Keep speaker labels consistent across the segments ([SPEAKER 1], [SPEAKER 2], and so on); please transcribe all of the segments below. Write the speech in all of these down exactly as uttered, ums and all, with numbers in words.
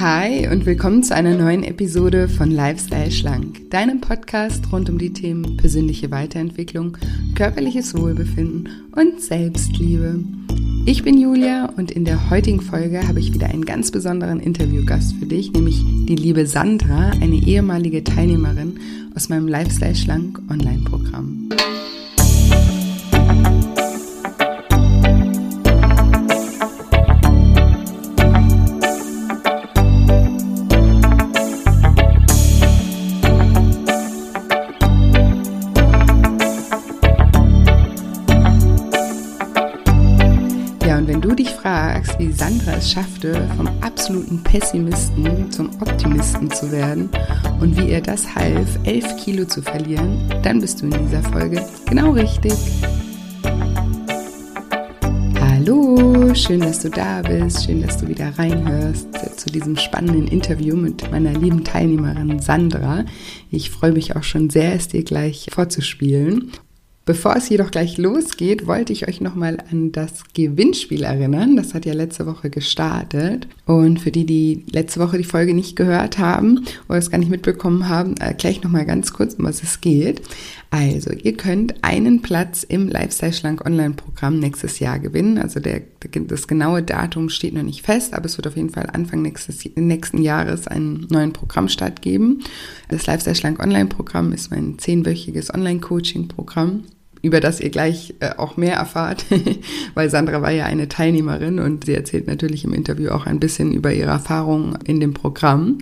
[SPEAKER 1] Hi und willkommen zu einer neuen Episode von Lifestyle Schlank, deinem Podcast rund um die Themen persönliche Weiterentwicklung, körperliches Wohlbefinden und Selbstliebe. Ich bin Julia und in der heutigen Folge habe ich wieder einen ganz besonderen Interviewgast für dich, nämlich die liebe Sandra, eine ehemalige Teilnehmerin aus meinem Lifestyle Schlank Online-Programm. Fragst, wie Sandra es schaffte, vom absoluten Pessimisten zum Optimisten zu werden und wie ihr das half, elf Kilo zu verlieren, dann bist du in dieser Folge genau richtig. Hallo, schön, dass du da bist, schön, dass du wieder reinhörst zu diesem spannenden Interview mit meiner lieben Teilnehmerin Sandra. Ich freue mich auch schon sehr, es dir gleich vorzuspielen. Bevor es jedoch gleich losgeht, wollte ich euch nochmal an das Gewinnspiel erinnern. Das hat ja letzte Woche gestartet. Und für die, die letzte Woche die Folge nicht gehört haben oder es gar nicht mitbekommen haben, erkläre ich nochmal ganz kurz, um was es geht. Also, ihr könnt einen Platz im Lifestyle Schlank Online-Programm nächstes Jahr gewinnen. Also der, das genaue Datum steht noch nicht fest, aber es wird auf jeden Fall Anfang nächstes, nächsten Jahres einen neuen Programmstart geben. Das Lifestyle Schlank Online-Programm ist mein zehnwöchiges Online-Coaching-Programm, über das ihr gleich äh, auch mehr erfahrt, weil Sandra war ja eine Teilnehmerin und sie erzählt natürlich im Interview auch ein bisschen über ihre Erfahrungen in dem Programm.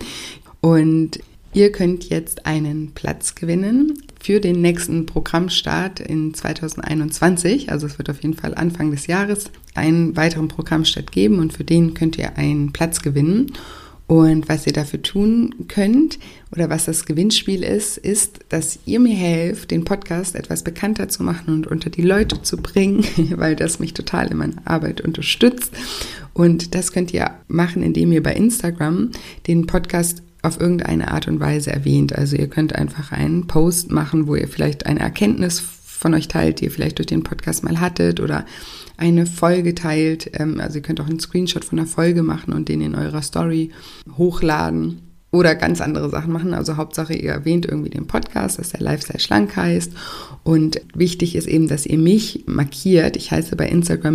[SPEAKER 1] Und ihr könnt jetzt einen Platz gewinnen für den nächsten Programmstart in zwanzig einundzwanzig. Also es wird auf jeden Fall Anfang des Jahres einen weiteren Programmstart geben und für den könnt ihr einen Platz gewinnen. Und was ihr dafür tun könnt oder was das Gewinnspiel ist, ist, dass ihr mir helft, den Podcast etwas bekannter zu machen und unter die Leute zu bringen, weil das mich total in meiner Arbeit unterstützt. Und das könnt ihr machen, indem ihr bei Instagram den Podcast auf irgendeine Art und Weise erwähnt. Also ihr könnt einfach einen Post machen, wo ihr vielleicht eine Erkenntnis von euch teilt, die ihr vielleicht durch den Podcast mal hattet oder eine Folge teilt. Also ihr könnt auch einen Screenshot von der Folge machen und den in eurer Story hochladen oder ganz andere Sachen machen. Also Hauptsache, ihr erwähnt irgendwie den Podcast, dass der Lifestyle Schlank heißt. Und wichtig ist eben, dass ihr mich markiert. Ich heiße bei Instagram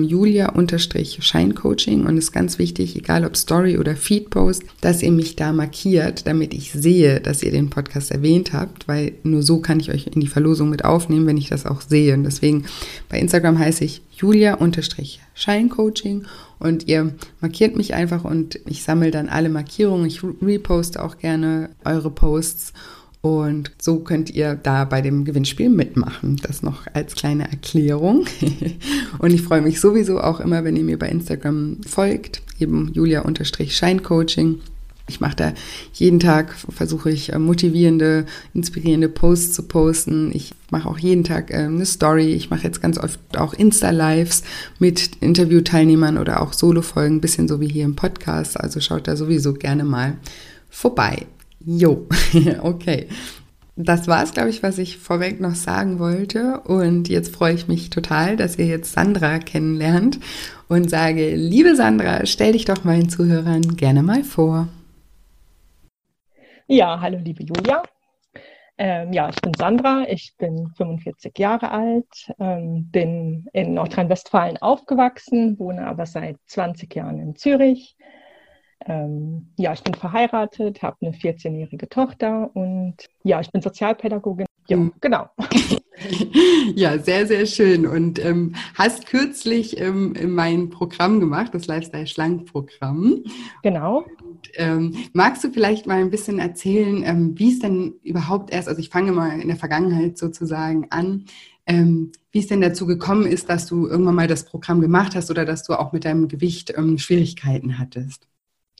[SPEAKER 1] Julia-Scheincoaching und es ist ganz wichtig, egal ob Story oder Feedpost, dass ihr mich da markiert, damit ich sehe, dass ihr den Podcast erwähnt habt, weil nur so kann ich euch in die Verlosung mit aufnehmen, wenn ich das auch sehe. Und deswegen bei Instagram heiße ich Julia-Scheincoaching und ihr markiert mich einfach und ich sammle dann alle Markierungen. Ich reposte auch gerne eure Posts und so könnt ihr da bei dem Gewinnspiel mitmachen. Das noch als kleine Erklärung. Und ich freue mich sowieso auch immer, wenn ihr mir bei Instagram folgt, eben Julia-Scheincoaching. Ich mache da jeden Tag, versuche ich motivierende, inspirierende Posts zu posten. Ich mache auch jeden Tag eine Story. Ich mache jetzt ganz oft auch Insta-Lives mit Interviewteilnehmern oder auch Solo-Folgen, ein bisschen so wie hier im Podcast. Also schaut da sowieso gerne mal vorbei. Jo, okay. Das war es, glaube ich, was ich vorweg noch sagen wollte. Und jetzt freue ich mich total, dass ihr jetzt Sandra kennenlernt und sage, liebe Sandra, stell dich doch meinen Zuhörern gerne mal vor.
[SPEAKER 2] Ja, hallo liebe Julia. Ähm, ja, ich bin Sandra, ich bin fünfundvierzig Jahre alt, ähm, bin in Nordrhein-Westfalen aufgewachsen, wohne aber seit zwanzig Jahren in Zürich. Ähm, ja, ich bin verheiratet, habe eine vierzehnjährige Tochter und ja, ich bin Sozialpädagogin. Ja, mhm. Genau.
[SPEAKER 1] Ja, sehr, sehr schön. Und ähm, hast kürzlich ähm, mein Programm gemacht, das Lifestyle Schlank Programm.
[SPEAKER 2] Genau.
[SPEAKER 1] Und, ähm, magst du vielleicht mal ein bisschen erzählen, ähm, wie es denn überhaupt erst, also ich fange mal in der Vergangenheit sozusagen an, ähm, wie es denn dazu gekommen ist, dass du irgendwann mal das Programm gemacht hast oder dass du auch mit deinem Gewicht ähm, Schwierigkeiten hattest?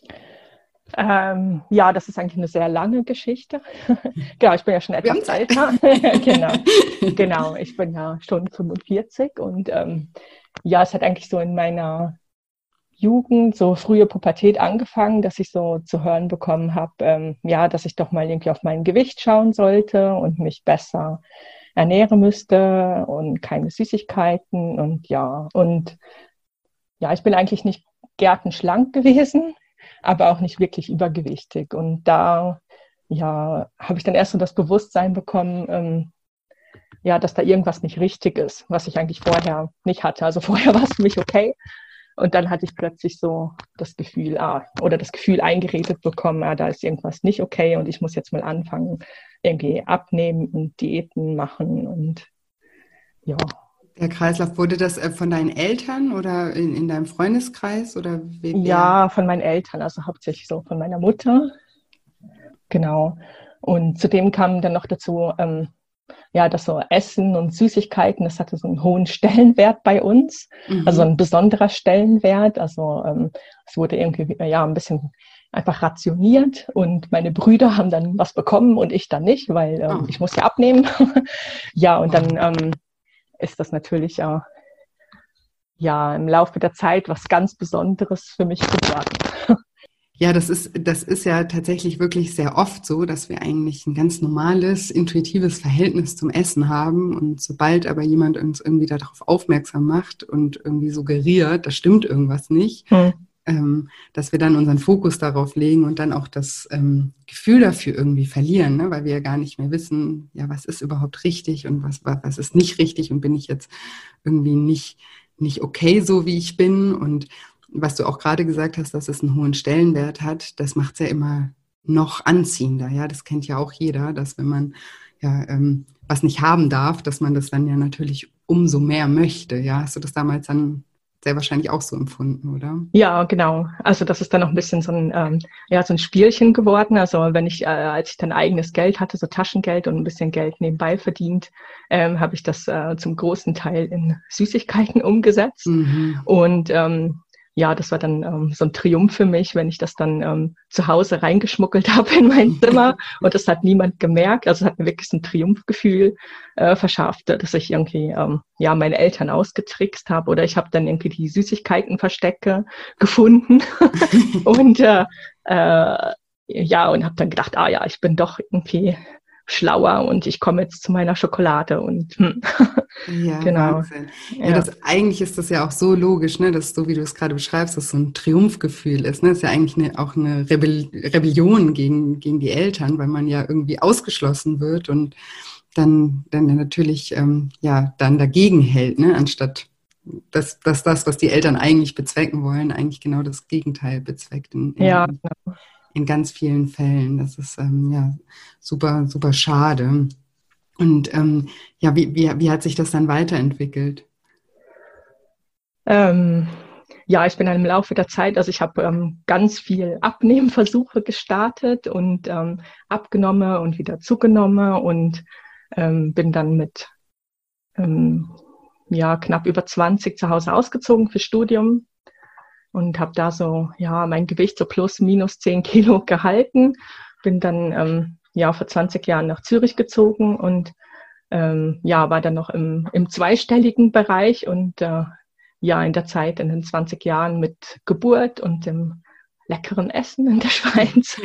[SPEAKER 2] Ähm, ja, das ist eigentlich eine sehr lange Geschichte. Genau, ich bin ja schon etwas älter. genau, genau, ich bin ja schon fünfundvierzig und ähm, ja, es hat eigentlich so in meiner Jugend, so frühe Pubertät angefangen, dass ich so zu hören bekommen habe, ähm, ja, dass ich doch mal irgendwie auf mein Gewicht schauen sollte und mich besser ernähren müsste und keine Süßigkeiten und ja, und ja, ich bin eigentlich nicht gärtenschlank gewesen. aber auch nicht wirklich übergewichtig. Und da ja, habe ich dann erst so das Bewusstsein bekommen, ähm, ja, dass da irgendwas nicht richtig ist, was ich eigentlich vorher nicht hatte. Also vorher war es für mich okay. Und dann hatte ich plötzlich so das Gefühl, ah, oder das Gefühl eingeredet bekommen, ah, da ist irgendwas nicht okay und ich muss jetzt mal anfangen, irgendwie abnehmen und Diäten machen und ja.
[SPEAKER 1] Der Kreislauf, wurde das von deinen Eltern oder in, in deinem Freundeskreis oder wer?
[SPEAKER 2] Ja, von meinen Eltern, also hauptsächlich so von meiner Mutter. Genau. Und zudem kam dann noch dazu, ähm, ja, dass so Essen und Süßigkeiten, das hatte so einen hohen Stellenwert bei uns, mhm. also ein besonderer Stellenwert. Also ähm, es wurde irgendwie ja ein bisschen einfach rationiert und meine Brüder haben dann was bekommen und ich dann nicht, weil ähm, oh. ich muss ja abnehmen. Ja, und dann ähm, ist das natürlich ja, ja im Laufe der Zeit was ganz Besonderes für mich geworden.
[SPEAKER 1] Ja, das ist, das ist ja tatsächlich wirklich sehr oft so, dass wir eigentlich ein ganz normales, intuitives Verhältnis zum Essen haben. Und sobald aber jemand uns irgendwie darauf aufmerksam macht und irgendwie suggeriert, da stimmt irgendwas nicht, hm. ähm, dass wir dann unseren Fokus darauf legen und dann auch das ähm, Gefühl dafür irgendwie verlieren, ne? Weil wir ja gar nicht mehr wissen, ja, was ist überhaupt richtig und was, was ist nicht richtig und bin ich jetzt irgendwie nicht, nicht okay, so wie ich bin. Und was du auch gerade gesagt hast, dass es einen hohen Stellenwert hat, das macht es ja immer noch anziehender. Ja, das kennt ja auch jeder, dass wenn man ja ähm, was nicht haben darf, dass man das dann ja natürlich umso mehr möchte. Ja, hast du das damals dann sehr wahrscheinlich auch so empfunden, oder?
[SPEAKER 2] Ja, genau. Also das ist dann noch ein bisschen so ein, ähm, ja, so ein Spielchen geworden. Also wenn ich, äh, als ich dann eigenes Geld hatte, so Taschengeld und ein bisschen Geld nebenbei verdient, ähm, habe ich das äh, zum großen Teil in Süßigkeiten umgesetzt. Mhm. Und ähm, ja, das war dann ähm, so ein Triumph für mich, wenn ich das dann ähm, zu Hause reingeschmuggelt habe in mein Zimmer und das hat niemand gemerkt. Also es hat mir wirklich so ein Triumphgefühl äh, verschafft, dass ich irgendwie ähm, ja meine Eltern ausgetrickst habe oder ich habe dann irgendwie die Süßigkeitenverstecke gefunden und äh, äh, ja und habe dann gedacht, ah ja, ich bin doch irgendwie schlauer und ich komme jetzt zu meiner Schokolade und hm.
[SPEAKER 1] Ja, genau. Wahnsinn. Ja, ja. Das, eigentlich ist das ja auch so logisch, ne, dass so wie du es gerade beschreibst, dass so ein Triumphgefühl ist. Ne? Das ist ja eigentlich eine, auch eine Rebell- Rebellion gegen, gegen die Eltern, weil man ja irgendwie ausgeschlossen wird und dann, dann natürlich ähm, ja dann dagegen hält, ne? Anstatt dass, dass das, was die Eltern eigentlich bezwecken wollen, eigentlich genau das Gegenteil bezweckt. In, in,
[SPEAKER 2] ja, genau.
[SPEAKER 1] In ganz vielen Fällen. Das ist ähm, ja super, super schade. Und ähm, ja, wie, wie, wie hat sich das dann weiterentwickelt?
[SPEAKER 2] Ähm, ja, ich bin dann im Laufe der Zeit, also ich habe ähm, ganz viel Abnehmversuche gestartet und ähm, abgenommen und wieder zugenommen und ähm, bin dann mit ähm, ja, knapp über zwanzig zu Hause ausgezogen fürs Studium. Und habe da so, ja, mein Gewicht so plus, minus zehn Kilo gehalten. Bin dann, ähm, ja, vor zwanzig Jahren nach Zürich gezogen und, ähm, ja, war dann noch im, im zweistelligen Bereich und, äh, ja, in der Zeit, in den zwanzig Jahren mit Geburt und dem leckeren Essen in der Schweiz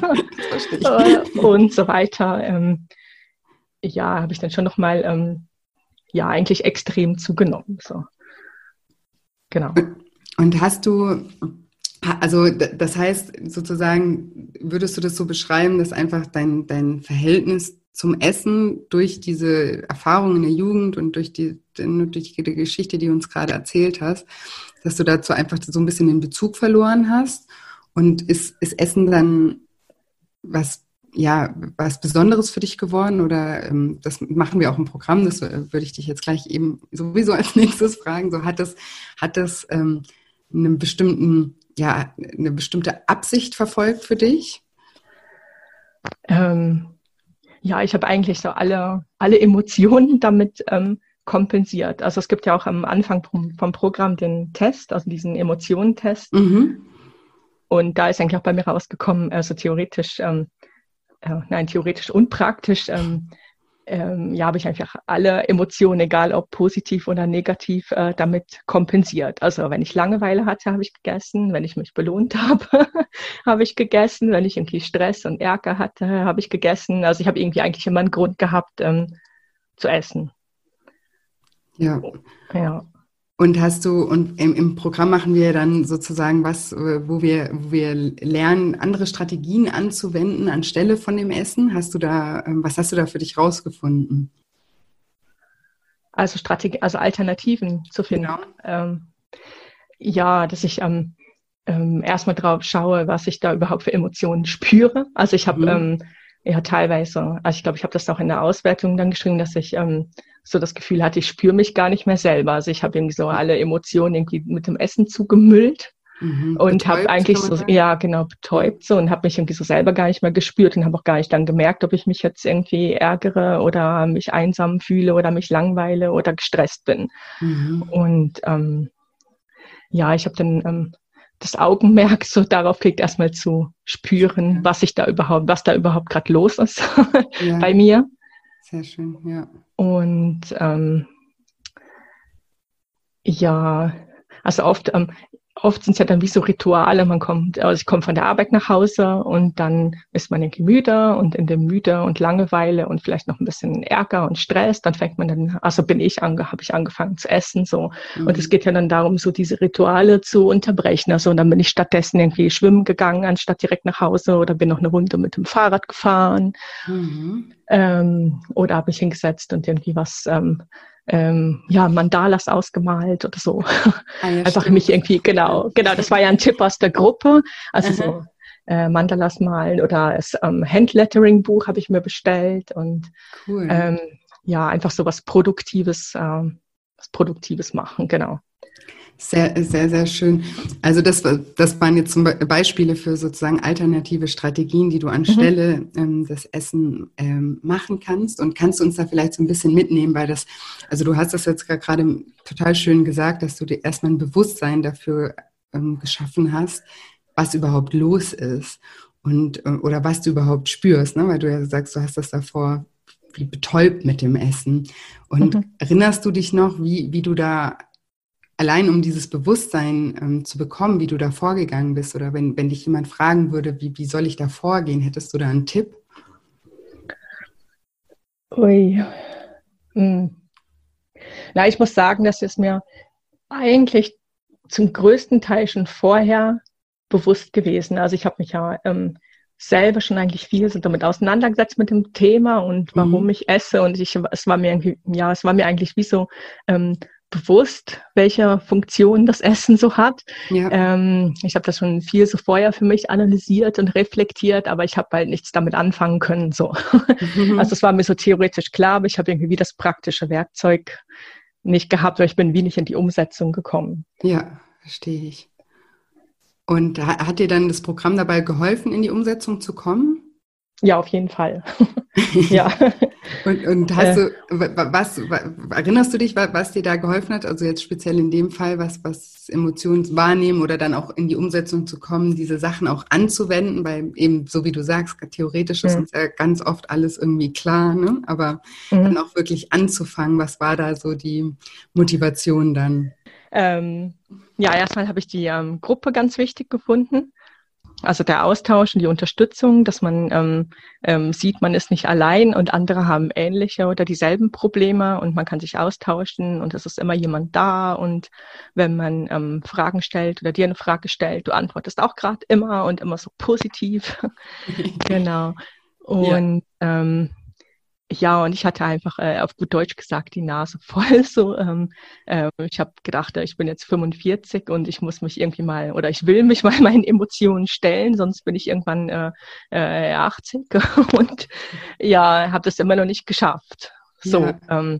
[SPEAKER 2] und so weiter, ähm, ja, habe ich dann schon nochmal, ähm, ja, eigentlich extrem zugenommen, so. Genau.
[SPEAKER 1] Und hast du, also das heißt sozusagen, würdest du das so beschreiben, dass einfach dein, dein Verhältnis zum Essen durch diese Erfahrungen in der Jugend und durch die, durch die Geschichte, die du uns gerade erzählt hast, dass du dazu einfach so ein bisschen den Bezug verloren hast? Und ist, ist Essen dann was, ja, was Besonderes für dich geworden? Oder ähm, das machen wir auch im Programm, das würde ich dich jetzt gleich eben sowieso als nächstes fragen. So hat das, hat das ähm, einen bestimmten, ja, eine bestimmte Absicht verfolgt für dich?
[SPEAKER 2] Ähm, ja, ich habe eigentlich so alle, alle Emotionen damit ähm, kompensiert. Also es gibt ja auch am Anfang vom, vom Programm den Test, also diesen Emotionentest. Mhm. Und da ist eigentlich auch bei mir rausgekommen, also theoretisch, ähm, äh, nein, theoretisch und praktisch, ähm, Ähm, ja, habe ich einfach alle Emotionen, egal ob positiv oder negativ, äh, damit kompensiert. Also wenn ich Langeweile hatte, habe ich gegessen. Wenn ich mich belohnt habe, habe ich gegessen. Wenn ich irgendwie Stress und Ärger hatte, habe ich gegessen. Also ich habe irgendwie eigentlich immer einen Grund gehabt, ähm, zu essen.
[SPEAKER 1] Ja.
[SPEAKER 2] Ja.
[SPEAKER 1] Und hast du, und im, im Programm machen wir dann sozusagen was, wo wir, wo wir lernen, andere Strategien anzuwenden anstelle von dem Essen. Hast du da, was hast du da für dich rausgefunden?
[SPEAKER 2] Also Strategie, also Alternativen zu finden.
[SPEAKER 1] Genau.
[SPEAKER 2] Ähm, ja, dass ich ähm, ähm, erstmal drauf schaue, was ich da überhaupt für Emotionen spüre. Also ich habe mhm. ähm, ja teilweise, also ich glaube, ich habe das auch in der Auswertung dann geschrieben, dass ich ähm, so das Gefühl hatte, ich spüre mich gar nicht mehr selber. Also ich habe irgendwie so alle Emotionen irgendwie mit dem Essen zugemüllt. Mhm, und habe eigentlich so, sagen? ja genau, betäubt so und habe mich irgendwie so selber gar nicht mehr gespürt und habe auch gar nicht dann gemerkt, ob ich mich jetzt irgendwie ärgere oder mich einsam fühle oder mich langweile oder gestresst bin. Mhm. Und ähm, ja, ich habe dann ähm, das Augenmerk so darauf gelegt, erstmal zu spüren, ja. was ich da überhaupt, was da überhaupt gerade los ist ja. bei mir.
[SPEAKER 1] Sehr schön, ja.
[SPEAKER 2] Und ähm, ja, also oft ähm, Oft sind es ja dann wie so Rituale, man kommt, also ich komme von der Arbeit nach Hause und dann ist man irgendwie müde und in dem Müde und Langeweile und vielleicht noch ein bisschen Ärger und Stress, dann fängt man dann, also bin ich ange, habe ich angefangen zu essen so mhm. und es geht ja dann darum, so diese Rituale zu unterbrechen, also und dann bin ich stattdessen irgendwie schwimmen gegangen, anstatt direkt nach Hause oder bin noch eine Runde mit dem Fahrrad gefahren mhm. ähm, oder habe mich hingesetzt und irgendwie was ähm, Ähm, ja, Mandalas ausgemalt oder so. Ah, ja, einfach stimmt. Mich irgendwie, genau, genau, das war ja ein Tipp aus der Gruppe. Also mhm. so äh, Mandalas malen oder das ähm, Handlettering-Buch habe ich mir bestellt und cool. ähm, ja, einfach so was Produktives, ähm, was Produktives machen, genau.
[SPEAKER 1] Sehr, sehr, sehr schön. Also das, das waren jetzt zum Beispiele für sozusagen alternative Strategien, die du anstelle mhm. ähm, des Essen ähm, machen kannst. Und kannst du uns da vielleicht so ein bisschen mitnehmen, weil das, also du hast das jetzt gerade total schön gesagt, dass du dir erstmal ein Bewusstsein dafür ähm, geschaffen hast, was überhaupt los ist und oder was du überhaupt spürst, ne? Weil du ja sagst, du hast das davor wie betäubt mit dem Essen. Und mhm. erinnerst du dich noch, wie, wie du da allein um dieses Bewusstsein ähm, zu bekommen, wie du da vorgegangen bist oder wenn, wenn dich jemand fragen würde, wie, wie soll ich da vorgehen, hättest du da einen Tipp?
[SPEAKER 2] Ui. Hm. Na, ich muss sagen, dass es mir eigentlich zum größten Teil schon vorher bewusst gewesen. Also ich habe mich ja ähm, selber schon eigentlich viel so damit auseinandergesetzt mit dem Thema und warum mhm. ich esse und ich, es war mir irgendwie, ja, es war mir eigentlich wie so ähm, bewusst, welche Funktion das Essen so hat. Ja. Ähm, ich habe das schon viel so vorher für mich analysiert und reflektiert, aber ich habe halt nichts damit anfangen können. So. Mhm. Also es war mir so theoretisch klar, aber ich habe irgendwie das praktische Werkzeug nicht gehabt, weil ich bin wie nicht in die Umsetzung gekommen.
[SPEAKER 1] Ja, verstehe ich. Und hat dir dann das Programm dabei geholfen, in die Umsetzung zu kommen?
[SPEAKER 2] Ja, auf jeden Fall. Ja.
[SPEAKER 1] Und, und hast du, was, was, erinnerst du dich, was, was dir da geholfen hat? Also jetzt speziell in dem Fall, was, was Emotionen wahrnehmen oder dann auch in die Umsetzung zu kommen, diese Sachen auch anzuwenden, weil eben, so wie du sagst, theoretisch ist mhm. uns ja ganz oft alles irgendwie klar, ne? Aber mhm. dann auch wirklich anzufangen, was war da so die Motivation dann?
[SPEAKER 2] Ähm, ja, erstmal habe ich die ähm, Gruppe ganz wichtig gefunden. Also der Austausch und die Unterstützung, dass man ähm, ähm, sieht, man ist nicht allein und andere haben ähnliche oder dieselben Probleme und man kann sich austauschen und es ist immer jemand da und wenn man ähm, Fragen stellt oder dir eine Frage stellt, du antwortest auch gerade immer und immer so positiv. Genau. Und ja. ähm, Ja, und ich hatte einfach äh, auf gut Deutsch gesagt die Nase voll. So, ähm, äh, ich habe gedacht, ich bin jetzt fünfundvierzig und ich muss mich irgendwie mal oder ich will mich mal meinen Emotionen stellen, sonst bin ich irgendwann äh, äh, achtzig und ja, habe das immer noch nicht geschafft. So, ja. Ähm,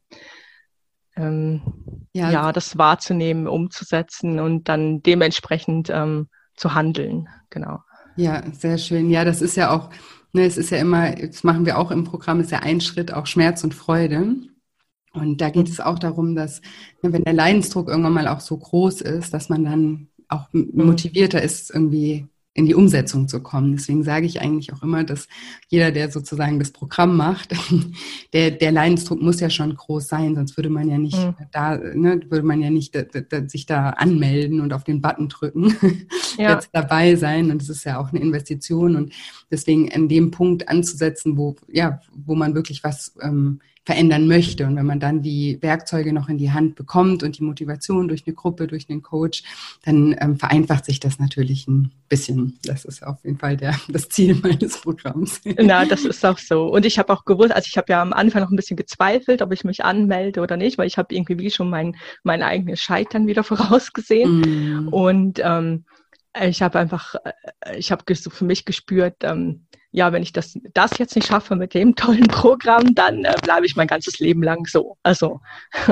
[SPEAKER 2] ähm, ja. ja, das wahrzunehmen, umzusetzen und dann dementsprechend ähm, zu handeln. Genau.
[SPEAKER 1] Ja, sehr schön. Ja, das ist ja auch Ne, es ist ja immer, das machen wir auch im Programm, ist ja ein Schritt auch Schmerz und Freude. Und da geht mhm. es auch darum, dass, ne, wenn der Leidensdruck irgendwann mal auch so groß ist, dass man dann auch motivierter ist, irgendwie in die Umsetzung zu kommen. Deswegen sage ich eigentlich auch immer, dass jeder, der sozusagen das Programm macht, der, der Leidensdruck muss ja schon groß sein, sonst würde man ja nicht mhm. da, ne, würde man ja nicht da, da, sich da anmelden und auf den Button drücken, ja. jetzt dabei sein. Und es ist ja auch eine Investition und deswegen an dem Punkt anzusetzen, wo, ja, wo man wirklich was ähm, verändern möchte. Und wenn man dann die Werkzeuge noch in die Hand bekommt und die Motivation durch eine Gruppe, durch einen Coach, dann ähm, vereinfacht sich das natürlich ein bisschen. Das ist auf jeden Fall der, das Ziel meines Programms.
[SPEAKER 2] Na, das ist auch so. Und ich habe auch gewusst, also ich habe ja am Anfang noch ein bisschen gezweifelt, ob ich mich anmelde oder nicht, weil ich habe irgendwie wie schon mein, mein eigenes Scheitern wieder vorausgesehen. Mm. Und ähm, ich habe einfach, ich habe so für mich gespürt, ähm, ja, wenn ich das, das jetzt nicht schaffe mit dem tollen Programm, dann äh, bleibe ich mein ganzes Leben lang so. Also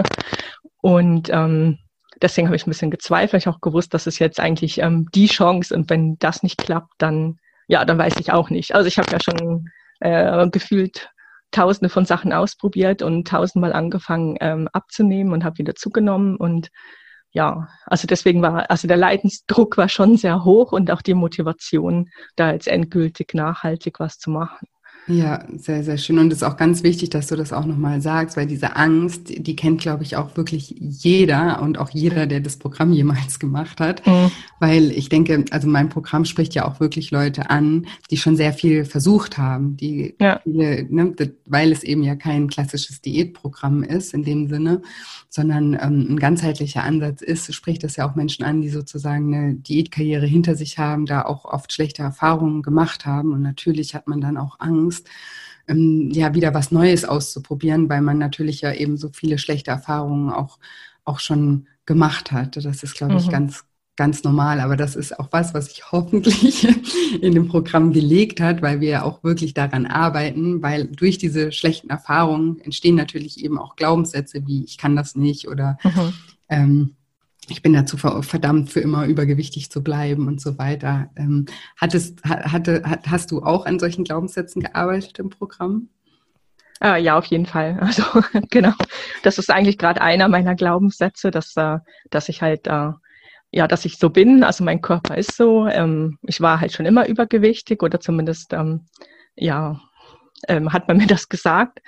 [SPEAKER 2] und ähm, deswegen habe ich ein bisschen gezweifelt. Ich habe auch gewusst, das ist jetzt eigentlich ähm, die Chance. Und wenn das nicht klappt, dann, ja, dann weiß ich auch nicht. Also ich habe ja schon äh, gefühlt tausende von Sachen ausprobiert und tausendmal angefangen ähm, abzunehmen und habe wieder zugenommen. Und ja, also deswegen war, also der Leidensdruck war schon sehr hoch und auch die Motivation, da jetzt endgültig nachhaltig was zu machen.
[SPEAKER 1] Ja, sehr, sehr schön. Und es ist auch ganz wichtig, dass du das auch nochmal sagst, weil diese Angst, die kennt, glaube ich, auch wirklich jeder und auch jeder, der das Programm jemals gemacht hat. Mhm. Weil ich denke, also mein Programm spricht ja auch wirklich Leute an, die schon sehr viel versucht haben, die ja. viele, ne, weil es eben ja kein klassisches Diätprogramm ist in dem Sinne, sondern ähm, ein ganzheitlicher Ansatz ist, spricht das ja auch Menschen an, die sozusagen eine Diätkarriere hinter sich haben, da auch oft schlechte Erfahrungen gemacht haben. Und natürlich hat man dann auch Angst, ähm, ja, wieder was Neues auszuprobieren, weil man natürlich ja eben so viele schlechte Erfahrungen auch, auch schon gemacht hat. Das ist, glaube ich, mhm. ganz, ganz normal. Aber das ist auch was, was sich hoffentlich in dem Programm gelegt hat, weil wir ja auch wirklich daran arbeiten, weil durch diese schlechten Erfahrungen entstehen natürlich eben auch Glaubenssätze wie ich kann das nicht oder mhm. ähm, ich bin dazu verdammt, für immer übergewichtig zu bleiben und so weiter. Ähm, hattest, hatte, hast du auch an solchen Glaubenssätzen gearbeitet im Programm?
[SPEAKER 2] Äh, ja, auf jeden Fall. Also genau, das ist eigentlich gerade einer meiner Glaubenssätze, dass, äh, dass ich halt, äh, ja, dass ich so bin. Also mein Körper ist so. Ähm, ich war halt schon immer übergewichtig oder zumindest, ähm, ja, ähm, hat man mir das gesagt.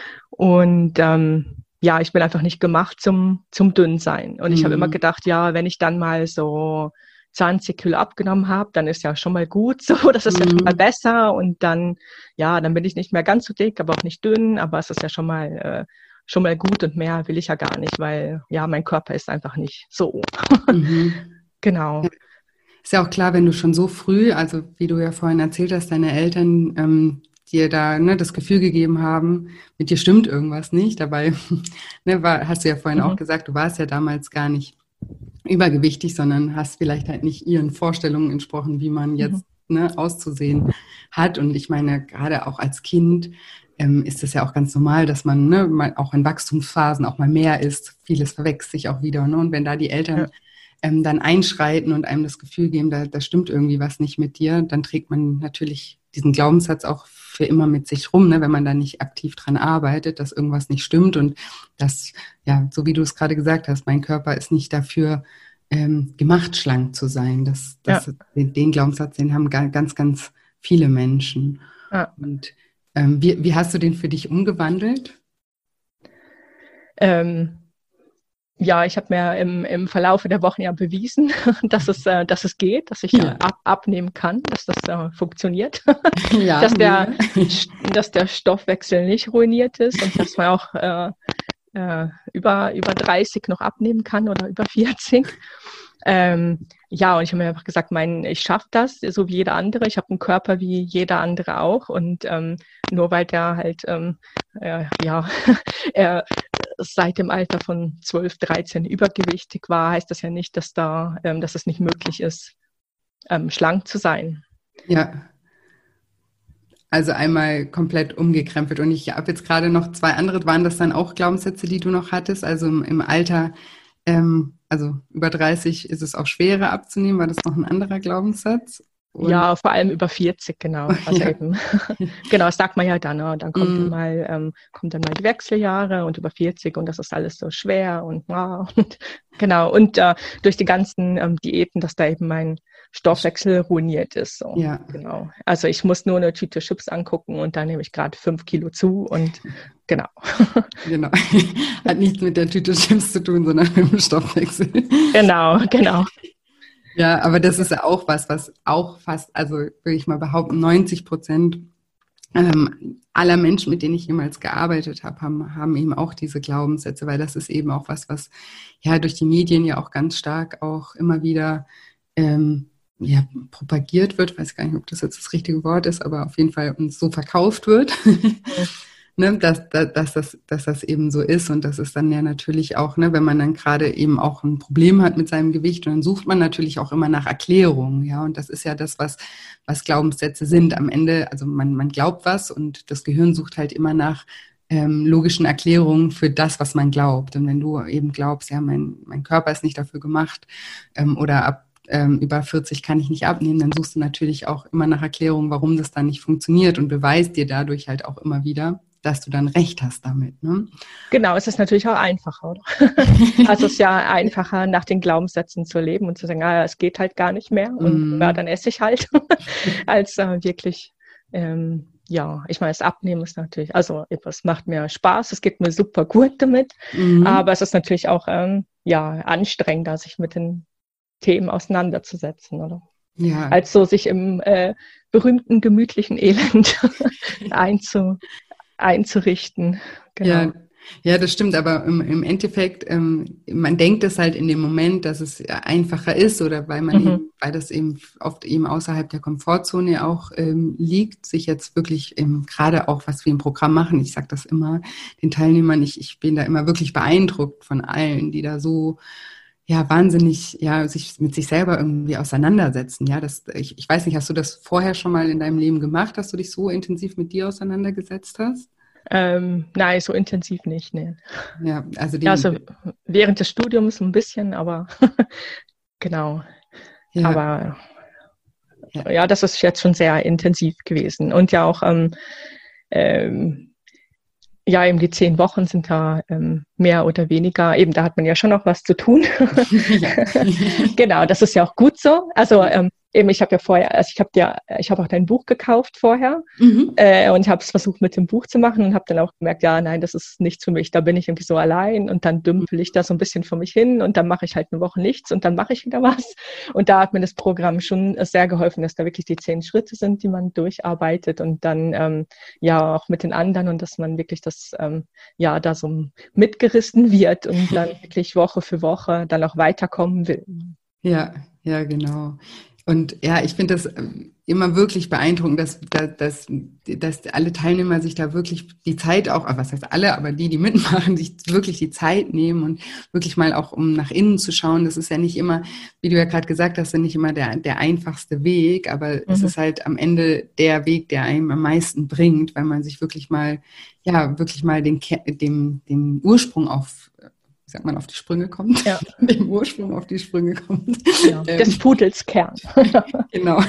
[SPEAKER 2] Und ähm, ja, ich bin einfach nicht gemacht zum, zum Dünnsein. Und ich mhm. habe immer gedacht, ja, wenn ich dann mal so zwanzig Kilo abgenommen habe, dann ist ja schon mal gut so, das ist mhm. ja schon mal besser. Und dann, ja, dann bin ich nicht mehr ganz so dick, aber auch nicht dünn, aber es ist ja schon mal, äh, schon mal gut und mehr will ich ja gar nicht, weil ja, mein Körper ist einfach nicht so. Mhm. Genau.
[SPEAKER 1] Ja. Ist ja auch klar, wenn du schon so früh, also wie du ja vorhin erzählt hast, deine Eltern ähm, dir da ne, das Gefühl gegeben haben, mit dir stimmt irgendwas nicht. Dabei ne, war, hast du ja vorhin mhm. auch gesagt, du warst ja damals gar nicht übergewichtig, sondern hast vielleicht halt nicht ihren Vorstellungen entsprochen, wie man jetzt mhm. ne, auszusehen hat. Und ich meine, gerade auch als Kind ähm, ist es ja auch ganz normal, dass man ne, mal auch in Wachstumsphasen auch mal mehr isst. Vieles verwechselt sich auch wieder. Ne? Und wenn da die Eltern ja. ähm, dann einschreiten und einem das Gefühl geben, da, da stimmt irgendwie was nicht mit dir, dann trägt man natürlich diesen Glaubenssatz auch für immer mit sich rum, ne, wenn man da nicht aktiv dran arbeitet, dass irgendwas nicht stimmt und dass, ja, so wie du es gerade gesagt hast, mein Körper ist nicht dafür ähm, gemacht, schlank zu sein. Das, das, ja. den, den Glaubenssatz, den haben ganz, ganz viele Menschen. Ja. Und ähm, wie, wie hast du den für dich umgewandelt?
[SPEAKER 2] Ähm. Ja, ich habe mir im, im Verlauf der Wochen ja bewiesen, dass es, äh, dass es geht, dass ich ja. ab, abnehmen kann, dass das äh, funktioniert, ja, dass, der, ja. dass der Stoffwechsel nicht ruiniert ist und dass man auch äh, äh, über, über dreißig noch abnehmen kann oder über vierzig. Ähm, ja, und ich habe mir einfach gesagt, mein, ich schaffe das, so wie jeder andere. Ich habe einen Körper wie jeder andere auch. Und ähm, nur weil der halt, ähm, äh, ja, er seit dem Alter von zwölf, dreizehn übergewichtig war, heißt das ja nicht, dass da, ähm, dass es nicht möglich ist, ähm, schlank zu sein.
[SPEAKER 1] Ja. Also einmal komplett umgekrempelt. Und ich habe jetzt gerade noch zwei andere, waren das dann auch Glaubenssätze, die du noch hattest? Also im, im Alter, ähm, also über dreißig ist es auch schwerer abzunehmen. War das noch ein anderer Glaubenssatz?
[SPEAKER 2] Und ja, vor allem über vierzig, genau. Also ja. eben, genau, das sagt man ja dann, ne? Dann kommt, mm. dann mal, ähm, kommt dann mal die Wechseljahre und über vierzig und das ist alles so schwer und, ja, und genau. Und äh, durch die ganzen ähm, Diäten, dass da eben mein Stoffwechsel ruiniert ist. So. Ja. Genau. Also ich muss nur eine Tüte Chips angucken und dann nehme ich gerade fünf Kilo zu und genau.
[SPEAKER 1] Genau. Hat nichts mit der Tüte Chips zu tun, sondern mit dem Stoffwechsel.
[SPEAKER 2] Genau, genau.
[SPEAKER 1] Ja, aber das ist ja auch was, was auch fast, also würde ich mal behaupten, neunzig Prozent ähm, aller Menschen, mit denen ich jemals gearbeitet habe, haben, haben eben auch diese Glaubenssätze, weil das ist eben auch was, was ja durch die Medien ja auch ganz stark auch immer wieder ähm, ja, propagiert wird. Ich weiß gar nicht, ob das jetzt das richtige Wort ist, aber auf jeden Fall uns so verkauft wird. Ne, dass, dass, dass, das, dass das eben so ist und das ist dann ja natürlich auch, ne, wenn man dann gerade eben auch ein Problem hat mit seinem Gewicht und dann sucht man natürlich auch immer nach Erklärungen, ja, und das ist ja das, was, was Glaubenssätze sind am Ende, also man, man glaubt was und das Gehirn sucht halt immer nach ähm, logischen Erklärungen für das, was man glaubt und wenn du eben glaubst, ja, mein, mein Körper ist nicht dafür gemacht ähm, oder ab ähm, über vierzig kann ich nicht abnehmen, dann suchst du natürlich auch immer nach Erklärungen, warum das dann nicht funktioniert und beweist dir dadurch halt auch immer wieder, dass du dann recht hast damit. Ne?
[SPEAKER 2] Genau, es ist natürlich auch einfacher, oder? Also es ist ja einfacher, nach den Glaubenssätzen zu leben und zu sagen, ah, es geht halt gar nicht mehr und mm. ja, dann esse ich halt, als äh, wirklich, ähm, ja, ich meine, das Abnehmen ist natürlich, also es macht mir Spaß, es geht mir super gut damit, mm. aber es ist natürlich auch, ähm, ja, anstrengender, sich mit den Themen auseinanderzusetzen, oder? Ja. Als so sich im äh, berühmten, gemütlichen Elend einzu einzurichten. Genau.
[SPEAKER 1] Ja, ja, das stimmt, aber im, im Endeffekt, ähm, man denkt es halt in dem Moment, dass es einfacher ist oder weil man mhm. eben, weil das eben oft eben außerhalb der Komfortzone auch ähm, liegt, sich jetzt wirklich eben, gerade auch, was wir im Programm machen, ich sage das immer den Teilnehmern, ich, ich bin da immer wirklich beeindruckt von allen, die da so ja, wahnsinnig, ja, sich mit sich selber irgendwie auseinandersetzen. Ja, das, ich, ich weiß nicht, hast du das vorher schon mal in deinem Leben gemacht, dass du dich so intensiv mit dir auseinandergesetzt hast?
[SPEAKER 2] Ähm, nein, so intensiv nicht, ne.
[SPEAKER 1] Ja, also, die,
[SPEAKER 2] ja, also während des Studiums ein bisschen, aber genau. Ja. Aber ja. ja, das ist jetzt schon sehr intensiv gewesen. Und ja auch, ähm, ähm, ja, eben die zehn Wochen sind da ähm, mehr oder weniger, eben da hat man ja schon noch was zu tun. Genau, das ist ja auch gut so. Also ähm, eben, ich habe ja vorher, also ich habe ja, ich habe auch dein Buch gekauft vorher mhm. äh, und ich habe es versucht mit dem Buch zu machen und habe dann auch gemerkt, ja, nein, das ist nichts für mich, da bin ich irgendwie so allein und dann dümpel ich da so ein bisschen vor mich hin und dann mache ich halt eine Woche nichts und dann mache ich wieder was. Und da hat mir das Programm schon sehr geholfen, dass da wirklich die zehn Schritte sind, die man durcharbeitet und dann ähm, ja auch mit den anderen und dass man wirklich das ähm, ja da so mitgerissen wird und dann wirklich Woche für Woche dann auch weiterkommen will.
[SPEAKER 1] Ja, ja, genau. Und ja, ich finde das immer wirklich beeindruckend, dass, dass, dass alle Teilnehmer sich da wirklich die Zeit auch, was heißt alle, aber die, die mitmachen, sich wirklich die Zeit nehmen und wirklich mal auch, um nach innen zu schauen. Das ist ja nicht immer, wie du ja gerade gesagt hast, nicht immer der, der einfachste Weg, aber mhm. es ist halt am Ende der Weg, der einem am meisten bringt, weil man sich wirklich mal, ja, wirklich mal den, dem, dem Ursprung auf sagt man, auf die Sprünge kommt, ja. dem Ursprung auf die Sprünge kommt.
[SPEAKER 2] Ja, des Pudels Kern.
[SPEAKER 1] Genau.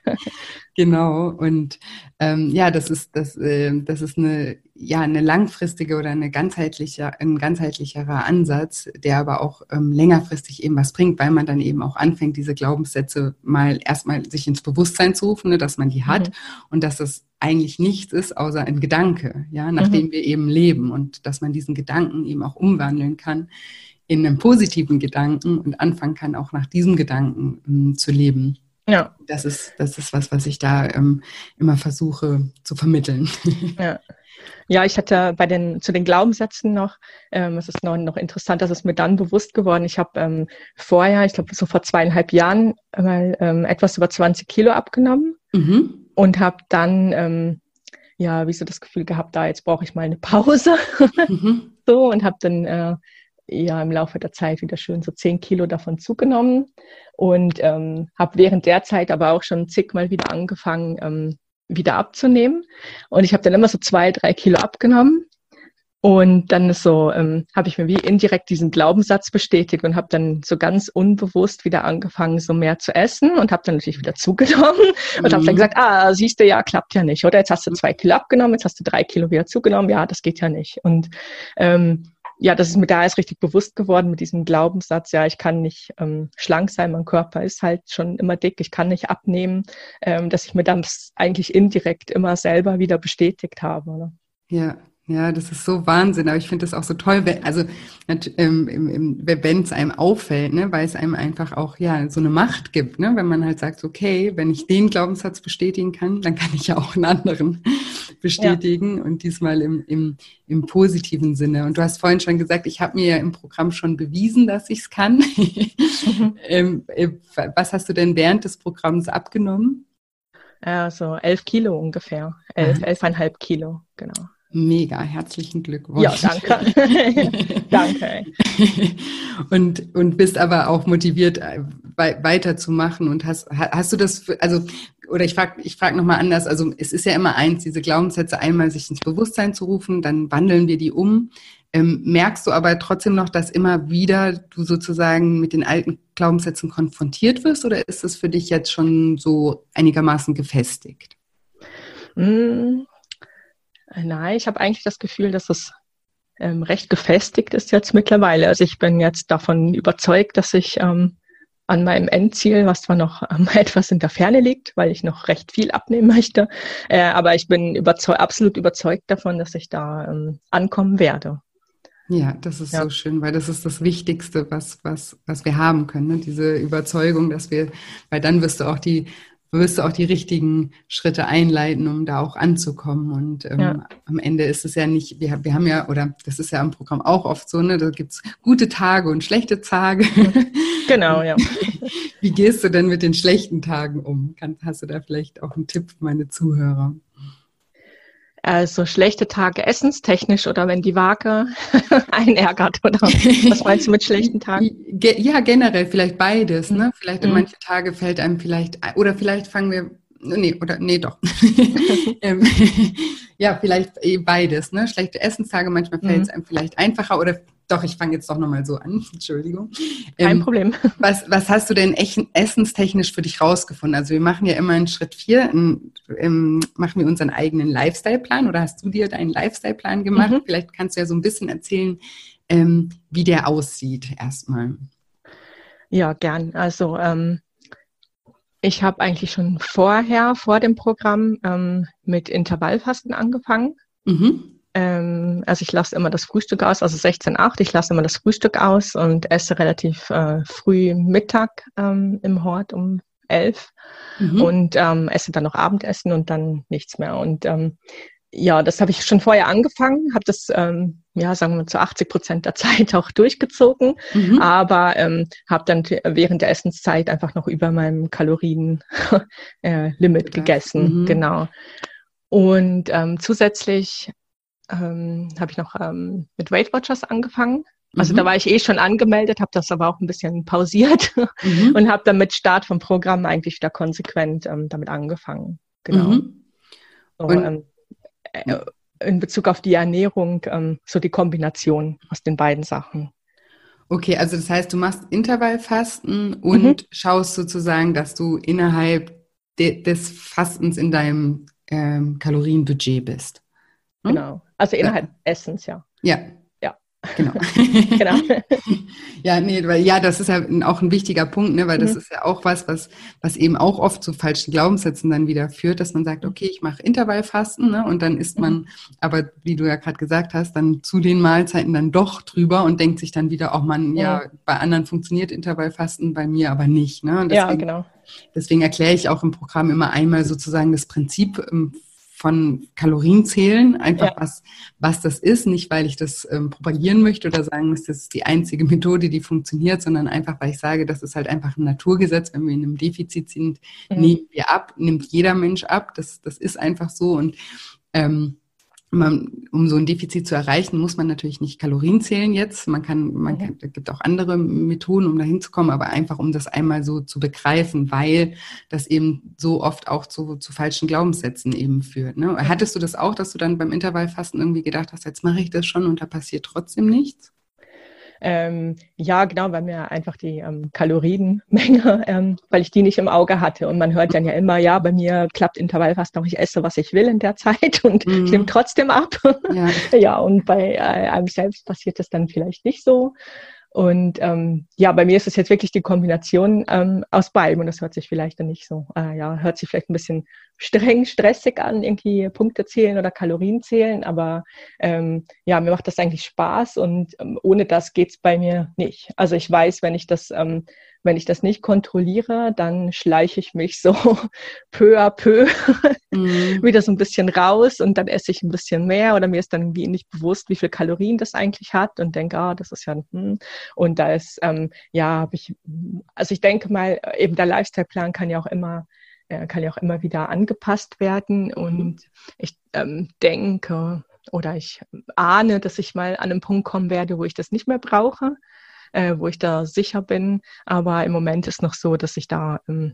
[SPEAKER 1] Genau. Und ähm, ja, das ist, das, äh, das ist eine, ja, eine langfristige oder eine ganzheitliche, ein ganzheitlicherer Ansatz, der aber auch ähm, längerfristig eben was bringt, weil man dann eben auch anfängt, diese Glaubenssätze mal erstmal sich ins Bewusstsein zu rufen, ne, dass man die hat mhm. und dass das eigentlich nichts ist, außer ein Gedanke, ja, nach mhm. dem wir eben leben und dass man diesen Gedanken eben auch umwandeln kann in einen positiven Gedanken und anfangen kann, auch nach diesem Gedanken ähm, zu leben. Ja. Das ist, das ist was, was ich da ähm, immer versuche zu vermitteln.
[SPEAKER 2] Ja. Ja, ich hatte bei den, zu den Glaubenssätzen noch, ähm, es ist noch, noch interessant, dass es mir dann bewusst geworden, ich habe ähm, vorher, ich glaube so vor zweieinhalb Jahren, mal ähm, etwas über zwanzig Kilo abgenommen mhm. und habe dann, ähm, ja, wie so das Gefühl gehabt, da jetzt brauche ich mal eine Pause. Mhm. So, und habe dann äh, ja im Laufe der Zeit wieder schön so zehn Kilo davon zugenommen und ähm, habe während der Zeit aber auch schon zigmal wieder angefangen, ähm, wieder abzunehmen. Und ich habe dann immer so zwei, drei Kilo abgenommen. Und dann ist so, ähm, habe ich mir wie indirekt diesen Glaubenssatz bestätigt und habe dann so ganz unbewusst wieder angefangen, so mehr zu essen und habe dann natürlich wieder zugenommen mhm. und habe dann gesagt, ah, siehst du, ja, klappt ja nicht, oder? Jetzt hast du zwei Kilo abgenommen, jetzt hast du drei Kilo wieder zugenommen, ja, das geht ja nicht. Und ähm, ja, das ist mir da erst richtig bewusst geworden mit diesem Glaubenssatz, ja, ich kann nicht ähm, schlank sein, mein Körper ist halt schon immer dick, ich kann nicht abnehmen, ähm, dass ich mir dann eigentlich indirekt immer selber wieder bestätigt habe. Oder?
[SPEAKER 1] Ja, Ja, das ist so Wahnsinn, aber ich finde das auch so toll, wenn, also ähm, wenn es einem auffällt, ne, weil es einem einfach auch ja so eine Macht gibt, ne, wenn man halt sagt, okay, wenn ich den Glaubenssatz bestätigen kann, dann kann ich ja auch einen anderen bestätigen, ja. Und diesmal im, im, im positiven Sinne. Und du hast vorhin schon gesagt, ich habe mir ja im Programm schon bewiesen, dass ich es kann. Mhm. ähm, was hast du denn während des Programms abgenommen?
[SPEAKER 2] Also elf Kilo ungefähr, elf, elfeinhalb Kilo, genau.
[SPEAKER 1] Mega, herzlichen Glückwunsch.
[SPEAKER 2] Ja, danke. Danke.
[SPEAKER 1] Und, und bist aber auch motiviert, weiterzumachen. Und hast, hast du das, für, also, oder ich frage ich frag nochmal anders, also es ist ja immer eins, diese Glaubenssätze einmal sich ins Bewusstsein zu rufen, dann wandeln wir die um. Ähm, merkst du aber trotzdem noch, dass immer wieder du sozusagen mit den alten Glaubenssätzen konfrontiert wirst, oder ist es für dich jetzt schon so einigermaßen gefestigt?
[SPEAKER 2] Mm. Nein, ich habe eigentlich das Gefühl, dass es ähm, recht gefestigt ist jetzt mittlerweile. Also ich bin jetzt davon überzeugt, dass ich ähm, an meinem Endziel, was zwar noch ähm, etwas in der Ferne liegt, weil ich noch recht viel abnehmen möchte, äh, aber ich bin überzeug- absolut überzeugt davon, dass ich da ähm, ankommen werde.
[SPEAKER 1] Ja, das ist ja. so schön, weil das ist das Wichtigste, was, was, was wir haben können, ne? Diese Überzeugung, dass wir, weil dann wirst du auch die wirst du auch die richtigen Schritte einleiten, um da auch anzukommen. Und ähm, ja. am Ende ist es ja nicht, wir, wir haben ja, oder das ist ja im Programm auch oft so, ne, da gibt's gute Tage und schlechte Tage.
[SPEAKER 2] Genau, ja.
[SPEAKER 1] Wie gehst du denn mit den schlechten Tagen um? Kann, hast du da vielleicht auch einen Tipp für meine Zuhörer?
[SPEAKER 2] Also schlechte Tage essenstechnisch oder wenn die Waage einärgert, oder was meinst du mit schlechten Tagen?
[SPEAKER 1] Ja, generell vielleicht beides, ne? Vielleicht mhm. manche Tage fällt einem vielleicht, oder vielleicht fangen wir, nee, oder nee, doch. Ja, vielleicht beides, ne? Schlechte Essenstage, manchmal fällt es mhm. einem vielleicht einfacher, oder doch, ich fange jetzt doch nochmal so an, Entschuldigung.
[SPEAKER 2] Kein
[SPEAKER 1] ähm,
[SPEAKER 2] Problem.
[SPEAKER 1] Was, was hast du denn echt essenstechnisch für dich rausgefunden? Also wir machen ja immer in Schritt vier, in, in, machen wir unseren eigenen Lifestyle-Plan, oder hast du dir deinen Lifestyle-Plan gemacht? Mhm. Vielleicht kannst du ja so ein bisschen erzählen, ähm, wie der aussieht erstmal.
[SPEAKER 2] Ja, gern. Also ähm, ich habe eigentlich schon vorher, vor dem Programm, ähm, mit Intervallfasten angefangen. Mhm. Also ich lasse immer das Frühstück aus, also sechzehn acht, ich lasse immer das Frühstück aus und esse relativ äh, früh Mittag ähm, im Hort um elf mhm. und ähm, esse dann noch Abendessen und dann nichts mehr. Und ähm, ja, das habe ich schon vorher angefangen, habe das, ähm, ja, sagen wir zu achtzig Prozent der Zeit auch durchgezogen, mhm. aber ähm, habe dann t- während der Essenszeit einfach noch über meinem Kalorien-Limit äh, gegessen, mhm. genau. Und ähm, zusätzlich Ähm, habe ich noch ähm, mit Weight Watchers angefangen. Also mhm. da war ich eh schon angemeldet, habe das aber auch ein bisschen pausiert mhm. und habe dann mit Start vom Programm eigentlich wieder konsequent ähm, damit angefangen. Genau. Mhm. So, ähm, äh, in Bezug auf die Ernährung, ähm, so die Kombination aus den beiden Sachen.
[SPEAKER 1] Okay, also das heißt, du machst Intervallfasten und mhm. schaust sozusagen, dass du innerhalb de- des Fastens in deinem ähm, Kalorienbudget bist.
[SPEAKER 2] Genau, also innerhalb ja. Essens, ja.
[SPEAKER 1] Ja.
[SPEAKER 2] Ja.
[SPEAKER 1] Genau.
[SPEAKER 2] Genau.
[SPEAKER 1] Ja, nee, weil ja, das ist ja auch ein wichtiger Punkt, ne, weil das mhm. ist ja auch was, was, was eben auch oft zu falschen Glaubenssätzen dann wieder führt, dass man sagt, okay, ich mache Intervallfasten, ne, und dann isst man, mhm. aber wie du ja gerade gesagt hast, dann zu den Mahlzeiten dann doch drüber und denkt sich dann wieder, auch man, mhm. ja, bei anderen funktioniert Intervallfasten, bei mir aber nicht, ne. Und deswegen,
[SPEAKER 2] ja, genau.
[SPEAKER 1] Deswegen erkläre ich auch im Programm immer einmal sozusagen das Prinzip von Kalorienzählen, einfach ja. was, was das ist, nicht weil ich das ähm, propagieren möchte oder sagen muss, das ist die einzige Methode, die funktioniert, sondern einfach, weil ich sage, das ist halt einfach ein Naturgesetz, wenn wir in einem Defizit sind, mhm. nehmen wir ab, nimmt jeder Mensch ab, das, das ist einfach so und ähm, man, um so ein Defizit zu erreichen, muss man natürlich nicht Kalorien zählen jetzt. Man kann, man kann, es gibt auch andere Methoden, um da hinzukommen, aber einfach, um das einmal so zu begreifen, weil das eben so oft auch zu, zu falschen Glaubenssätzen eben führt. Ne? Hattest du das auch, dass du dann beim Intervallfasten irgendwie gedacht hast, jetzt mache ich das schon und da passiert trotzdem nichts?
[SPEAKER 2] Ähm, ja, genau, weil mir einfach die ähm, Kalorienmenge, ähm, weil ich die nicht im Auge hatte. Und man hört dann ja immer, ja, bei mir klappt Intervallfasten auch, ich esse, was ich will in der Zeit und mhm. ich nehme trotzdem ab. Ja, ja und bei äh, einem selbst passiert das dann vielleicht nicht so. Und ähm, ja, bei mir ist es jetzt wirklich die Kombination ähm, aus beidem. Und das hört sich vielleicht dann nicht so, äh, ja, hört sich vielleicht ein bisschen streng, stressig an, irgendwie Punkte zählen oder Kalorien zählen. Aber ähm, ja, mir macht das eigentlich Spaß und ähm, ohne das geht's bei mir nicht. Also ich weiß, wenn ich das, ähm, wenn ich das nicht kontrolliere, dann schleiche ich mich so peu à peu mhm. wieder so ein bisschen raus und dann esse ich ein bisschen mehr oder mir ist dann irgendwie nicht bewusst, wie viel Kalorien das eigentlich hat und denke, ah, das ist ja, hm. Und da ist, ähm, ja, habe ich, also ich denke mal, eben der Lifestyle-Plan kann ja auch immer, äh, kann ja auch immer wieder angepasst werden und mhm. ich ähm, denke oder ich ahne, dass ich mal an einen Punkt kommen werde, wo ich das nicht mehr brauche, äh, wo ich da sicher bin, aber im Moment ist noch so, dass ich da ähm,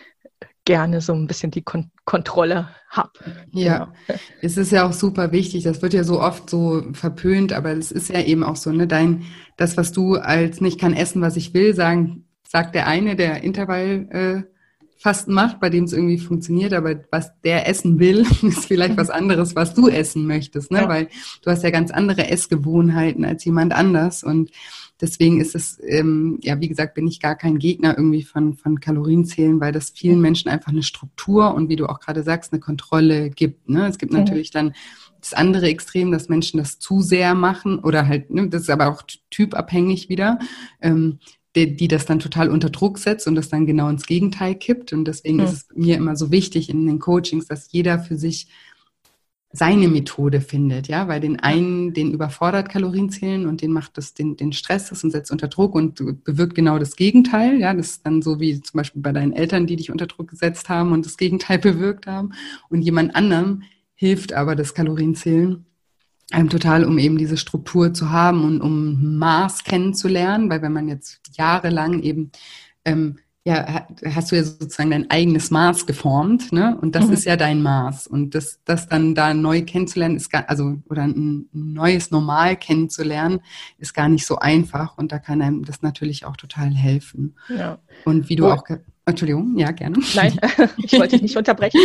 [SPEAKER 2] gerne so ein bisschen die Kon- Kontrolle habe.
[SPEAKER 1] Ja, genau. Es ist ja auch super wichtig, das wird ja so oft so verpönt, aber es ist ja eben auch so, ne, dein, das, was du als nicht kann essen, was ich will, sagen, sagt der eine, der Intervall äh, Fasten macht, bei dem es irgendwie funktioniert, aber was der essen will, ist vielleicht was anderes, was du essen möchtest, ne, ja. Weil du hast ja ganz andere Essgewohnheiten als jemand anders und deswegen ist es, ähm, ja, wie gesagt, bin ich gar kein Gegner irgendwie von, von Kalorienzählen, weil das vielen Menschen einfach eine Struktur und wie du auch gerade sagst, eine Kontrolle gibt. Ne? Es gibt mhm. natürlich dann das andere Extrem, dass Menschen das zu sehr machen oder halt, ne, das ist aber auch typabhängig wieder, ähm, die, die das dann total unter Druck setzt und das dann genau ins Gegenteil kippt. Und deswegen mhm. ist es mir immer so wichtig in den Coachings, dass jeder für sich seine Methode findet, ja, weil den einen, den überfordert Kalorienzählen und den macht das, den, den Stress das und setzt unter Druck und bewirkt genau das Gegenteil, ja, das ist dann so wie zum Beispiel bei deinen Eltern, die dich unter Druck gesetzt haben und das Gegenteil bewirkt haben und jemand anderem hilft aber das Kalorienzählen einem total, um eben diese Struktur zu haben und um Maß kennenzulernen, weil wenn man jetzt jahrelang eben ähm, ja, hast du ja sozusagen dein eigenes Maß geformt, ne? Und das mhm. ist ja dein Maß. Und das, das dann da neu kennenzulernen, ist gar, also, oder ein neues Normal kennenzulernen, ist gar nicht so einfach. Und da kann einem das natürlich auch total helfen. Ja. Und wie du oh. auch, Entschuldigung, ja, gerne.
[SPEAKER 2] Nein, ich wollte dich nicht unterbrechen.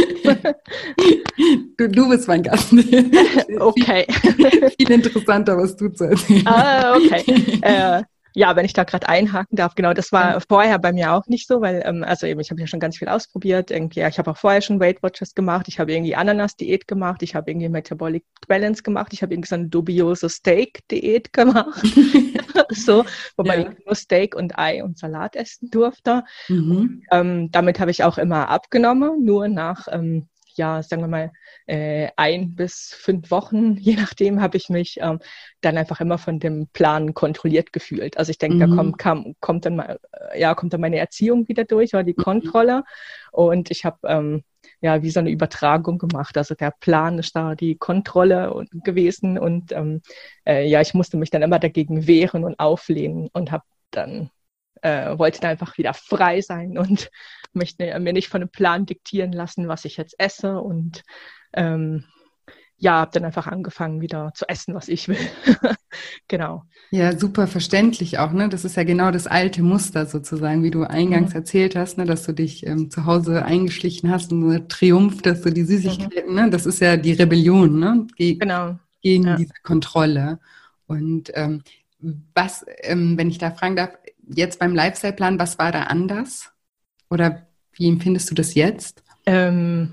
[SPEAKER 1] Du, du bist mein Gast.
[SPEAKER 2] Okay.
[SPEAKER 1] Viel, viel interessanter, was du zu erzählen hast.
[SPEAKER 2] Ah, okay. Äh, Ja, wenn ich da gerade einhaken darf, genau, das war ja. vorher bei mir auch nicht so, weil, ähm, also eben, ich habe ja schon ganz viel ausprobiert, irgendwie, ja, ich habe auch vorher schon Weight Watchers gemacht, ich habe irgendwie Ananas-Diät gemacht, ich habe irgendwie Metabolic Balance gemacht, ich habe irgendwie so eine dubiose Steak-Diät gemacht, so, wo man ja. nur Steak und Ei und Salat essen durfte. Mhm. Und, ähm, damit habe ich auch immer abgenommen, nur nach, ähm, ja, sagen wir mal, äh, ein bis fünf Wochen, je nachdem, habe ich mich ähm, dann einfach immer von dem Plan kontrolliert gefühlt. Also ich denke, mhm. da kommt, kam, kommt dann mal, ja, kommt dann meine Erziehung wieder durch oder die Kontrolle. Mhm. Und ich habe ähm, ja wie so eine Übertragung gemacht. Also der Plan ist da die Kontrolle gewesen und ähm, äh, ja, ich musste mich dann immer dagegen wehren und auflehnen und habe dann Äh, wollte dann einfach wieder frei sein und möchte mir nicht von einem Plan diktieren lassen, was ich jetzt esse und ähm, ja, habe dann einfach angefangen, wieder zu essen, was ich will. Genau.
[SPEAKER 1] Ja, super verständlich auch, ne? Das ist ja genau das alte Muster sozusagen, wie du eingangs mhm. erzählt hast, ne? Dass du dich ähm, zu Hause eingeschlichen hast und so ein Triumph, dass du die Süßigkeiten, mhm. ne? Das ist ja die Rebellion, ne? Ge-
[SPEAKER 2] genau.
[SPEAKER 1] Gegen
[SPEAKER 2] ja.
[SPEAKER 1] diese Kontrolle. Und ähm, was, ähm, wenn ich da fragen darf, jetzt beim Lifestyle-Plan, was war da anders? Oder wie empfindest du das jetzt?
[SPEAKER 2] Ähm,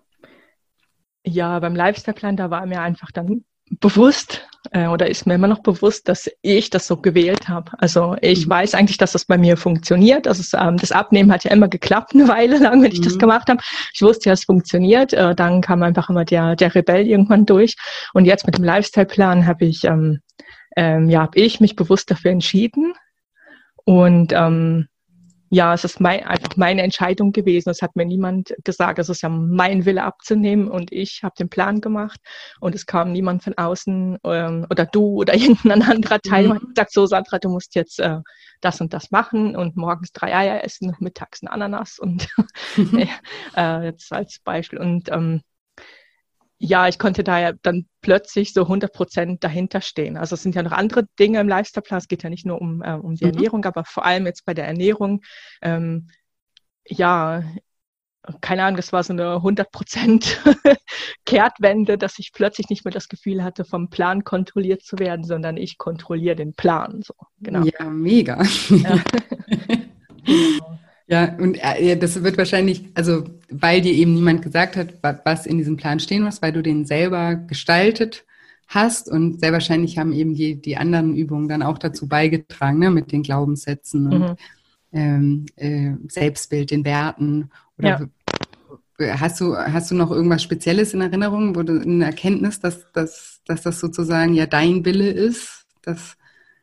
[SPEAKER 2] ja, beim Lifestyle-Plan, da war mir einfach dann bewusst äh, oder ist mir immer noch bewusst, dass ich das so gewählt habe. Also ich mhm. weiß eigentlich, dass das bei mir funktioniert. Also ähm, das Abnehmen hat ja immer geklappt eine Weile lang, wenn ich mhm. das gemacht habe. Ich wusste ja, es funktioniert. Äh, dann kam einfach immer der, der Rebell irgendwann durch. Und jetzt mit dem Lifestyle-Plan habe ich, ähm, ähm, ja, habe ich mich bewusst dafür entschieden. Und ähm, ja, es ist mein, einfach meine Entscheidung gewesen. Es hat mir niemand gesagt, es ist ja mein Wille abzunehmen und ich habe den Plan gemacht und es kam niemand von außen ähm, oder du oder irgendein anderer Teilnehmer mhm. sagt, so Sandra, du musst jetzt äh, das und das machen und morgens drei Eier essen, mittags ein Ananas und mhm. äh, jetzt als Beispiel. Und ähm, ja, ich konnte da ja dann plötzlich so hundert Prozent dahinter stehen. Also es sind ja noch andere Dinge im Lifestyle-Plan. Es geht ja nicht nur um, äh, um die mhm. Ernährung, aber vor allem jetzt bei der Ernährung, ähm, ja, keine Ahnung, das war so eine hundert Prozent Kehrtwende, dass ich plötzlich nicht mehr das Gefühl hatte, vom Plan kontrolliert zu werden, sondern ich kontrolliere den Plan. So,
[SPEAKER 1] genau. Ja, mega. Ja. Genau. Ja, und äh, das wird wahrscheinlich, also weil dir eben niemand gesagt hat, was in diesem Plan stehen muss, weil du den selber gestaltet hast, und sehr wahrscheinlich haben eben die, die anderen Übungen dann auch dazu beigetragen, ne, mit den Glaubenssätzen und mhm. ähm, äh, Selbstbild, den Werten. Oder ja. hast du, hast du noch irgendwas Spezielles in Erinnerung, wo du eine Erkenntnis, dass, dass, dass das sozusagen ja dein Wille ist? Dass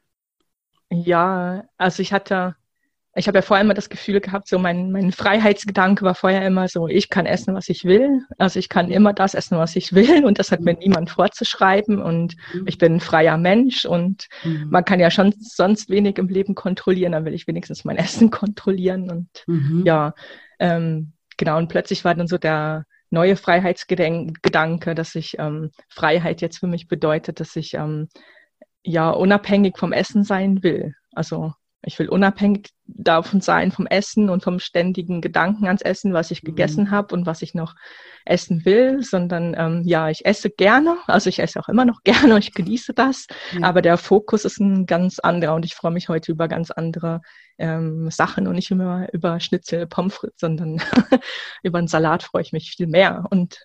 [SPEAKER 2] ja, also ich hatte Ich habe ja vorher immer das Gefühl gehabt, so mein, mein Freiheitsgedanke war vorher immer so, ich kann essen, was ich will. Also ich kann immer das essen, was ich will, und das hat mir niemand vorzuschreiben, und ich bin ein freier Mensch, und mhm. man kann ja schon sonst wenig im Leben kontrollieren, dann will ich wenigstens mein Essen kontrollieren, und mhm. ja, ähm, genau, und plötzlich war dann so der neue Freiheitsgedanke, dass ich ähm, Freiheit jetzt für mich bedeutet, dass ich ähm, ja unabhängig vom Essen sein will. Also ich will unabhängig davon sein, vom Essen und vom ständigen Gedanken ans Essen, was ich gegessen mhm. habe und was ich noch essen will, sondern ähm, ja, ich esse gerne, also ich esse auch immer noch gerne und ich genieße das, ja. aber der Fokus ist ein ganz anderer, und ich freue mich heute über ganz andere ähm, Sachen und nicht immer über Schnitzel, Pommes frites, sondern über einen Salat freue ich mich viel mehr, und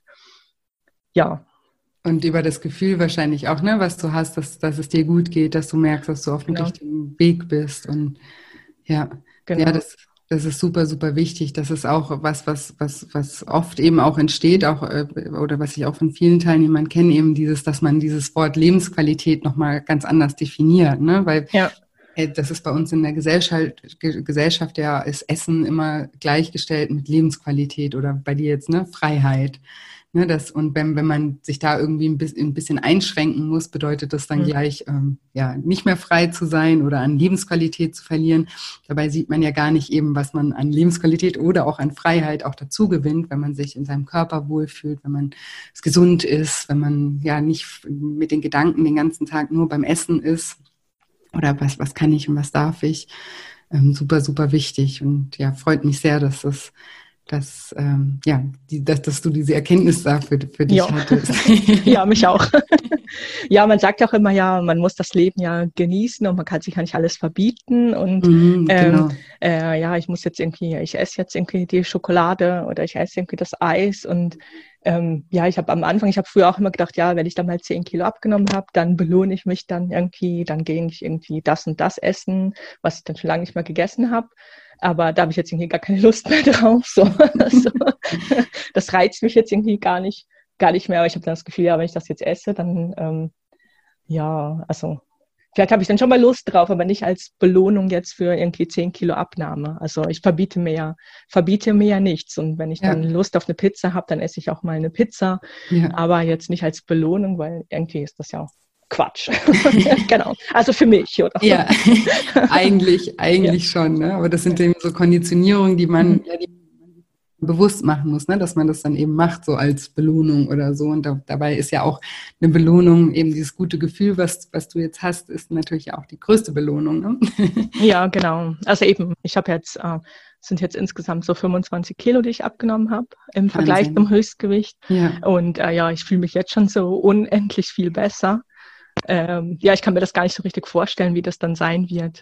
[SPEAKER 2] ja.
[SPEAKER 1] Und über das Gefühl wahrscheinlich auch, ne, was du hast, dass, dass es dir gut geht, dass du merkst, dass du auf dem genau. richtigen Weg bist. Und ja, genau. ja das, das ist super, super wichtig. Das ist auch was, was, was, was oft eben auch entsteht, auch oder was ich auch von vielen Teilnehmern kenne, eben dieses, dass man dieses Wort Lebensqualität nochmal ganz anders definiert, ne? Weil ja. das ist bei uns in der Gesellschaft, Gesellschaft ja, ist Essen immer gleichgestellt mit Lebensqualität, oder bei dir jetzt, ne, Freiheit. Ne, das, und wenn, wenn man sich da irgendwie ein bisschen, ein bisschen einschränken muss, bedeutet das dann mhm. gleich, ähm, ja, nicht mehr frei zu sein oder an Lebensqualität zu verlieren. Dabei sieht man ja gar nicht eben, was man an Lebensqualität oder auch an Freiheit auch dazu gewinnt, wenn man sich in seinem Körper wohlfühlt, wenn man gesund ist, wenn man ja nicht mit den Gedanken den ganzen Tag nur beim Essen ist. Oder was, was kann ich und was darf ich? Ähm, super, super wichtig. Und ja, freut mich sehr, dass das Dass, ähm, ja, die, dass, dass du diese Erkenntnis da für, für dich
[SPEAKER 2] ja.
[SPEAKER 1] hattest.
[SPEAKER 2] Ja, mich auch. Ja, man sagt auch immer, ja, man muss das Leben ja genießen und man kann sich ja nicht alles verbieten. Und mhm, genau. ähm, äh, ja, ich muss jetzt irgendwie, ich esse jetzt irgendwie die Schokolade oder ich esse irgendwie das Eis. Und ähm, ja, ich habe am Anfang, ich habe früher auch immer gedacht, ja, wenn ich dann mal zehn Kilo abgenommen habe, dann belohne ich mich dann irgendwie, dann gehe ich irgendwie das und das essen, was ich dann schon lange nicht mehr gegessen habe. Aber da habe ich jetzt irgendwie gar keine Lust mehr drauf. So. Also, das reizt mich jetzt irgendwie gar nicht, gar nicht mehr. Aber ich habe dann das Gefühl, ja, wenn ich das jetzt esse, dann, ähm, ja, also vielleicht habe ich dann schon mal Lust drauf, aber nicht als Belohnung jetzt für irgendwie zehn Kilo Abnahme. Also ich verbiete mir ja, verbiete mir ja nichts. Und wenn ich ja. dann Lust auf eine Pizza habe, dann esse ich auch mal eine Pizza. Ja. Aber jetzt nicht als Belohnung, weil irgendwie ist das ja auch Quatsch. Genau. Also für mich, oder?
[SPEAKER 1] Ja, eigentlich, eigentlich ja. schon. Ne? Aber das sind eben so Konditionierungen, die man, mhm. ja, die man bewusst machen muss, ne? Dass man das dann eben macht, so als Belohnung oder so. Und da, dabei ist ja auch eine Belohnung, eben dieses gute Gefühl, was, was du jetzt hast, ist natürlich auch die größte Belohnung. Ne?
[SPEAKER 2] Ja, genau. Also eben, ich habe jetzt, äh, sind jetzt insgesamt so fünfundzwanzig Kilo, die ich abgenommen habe, im Wahnsinn. Vergleich zum Höchstgewicht. Ja. Und äh, ja, ich fühle mich jetzt schon so unendlich viel besser. Ähm, ja, ich kann mir das gar nicht so richtig vorstellen, wie das dann sein wird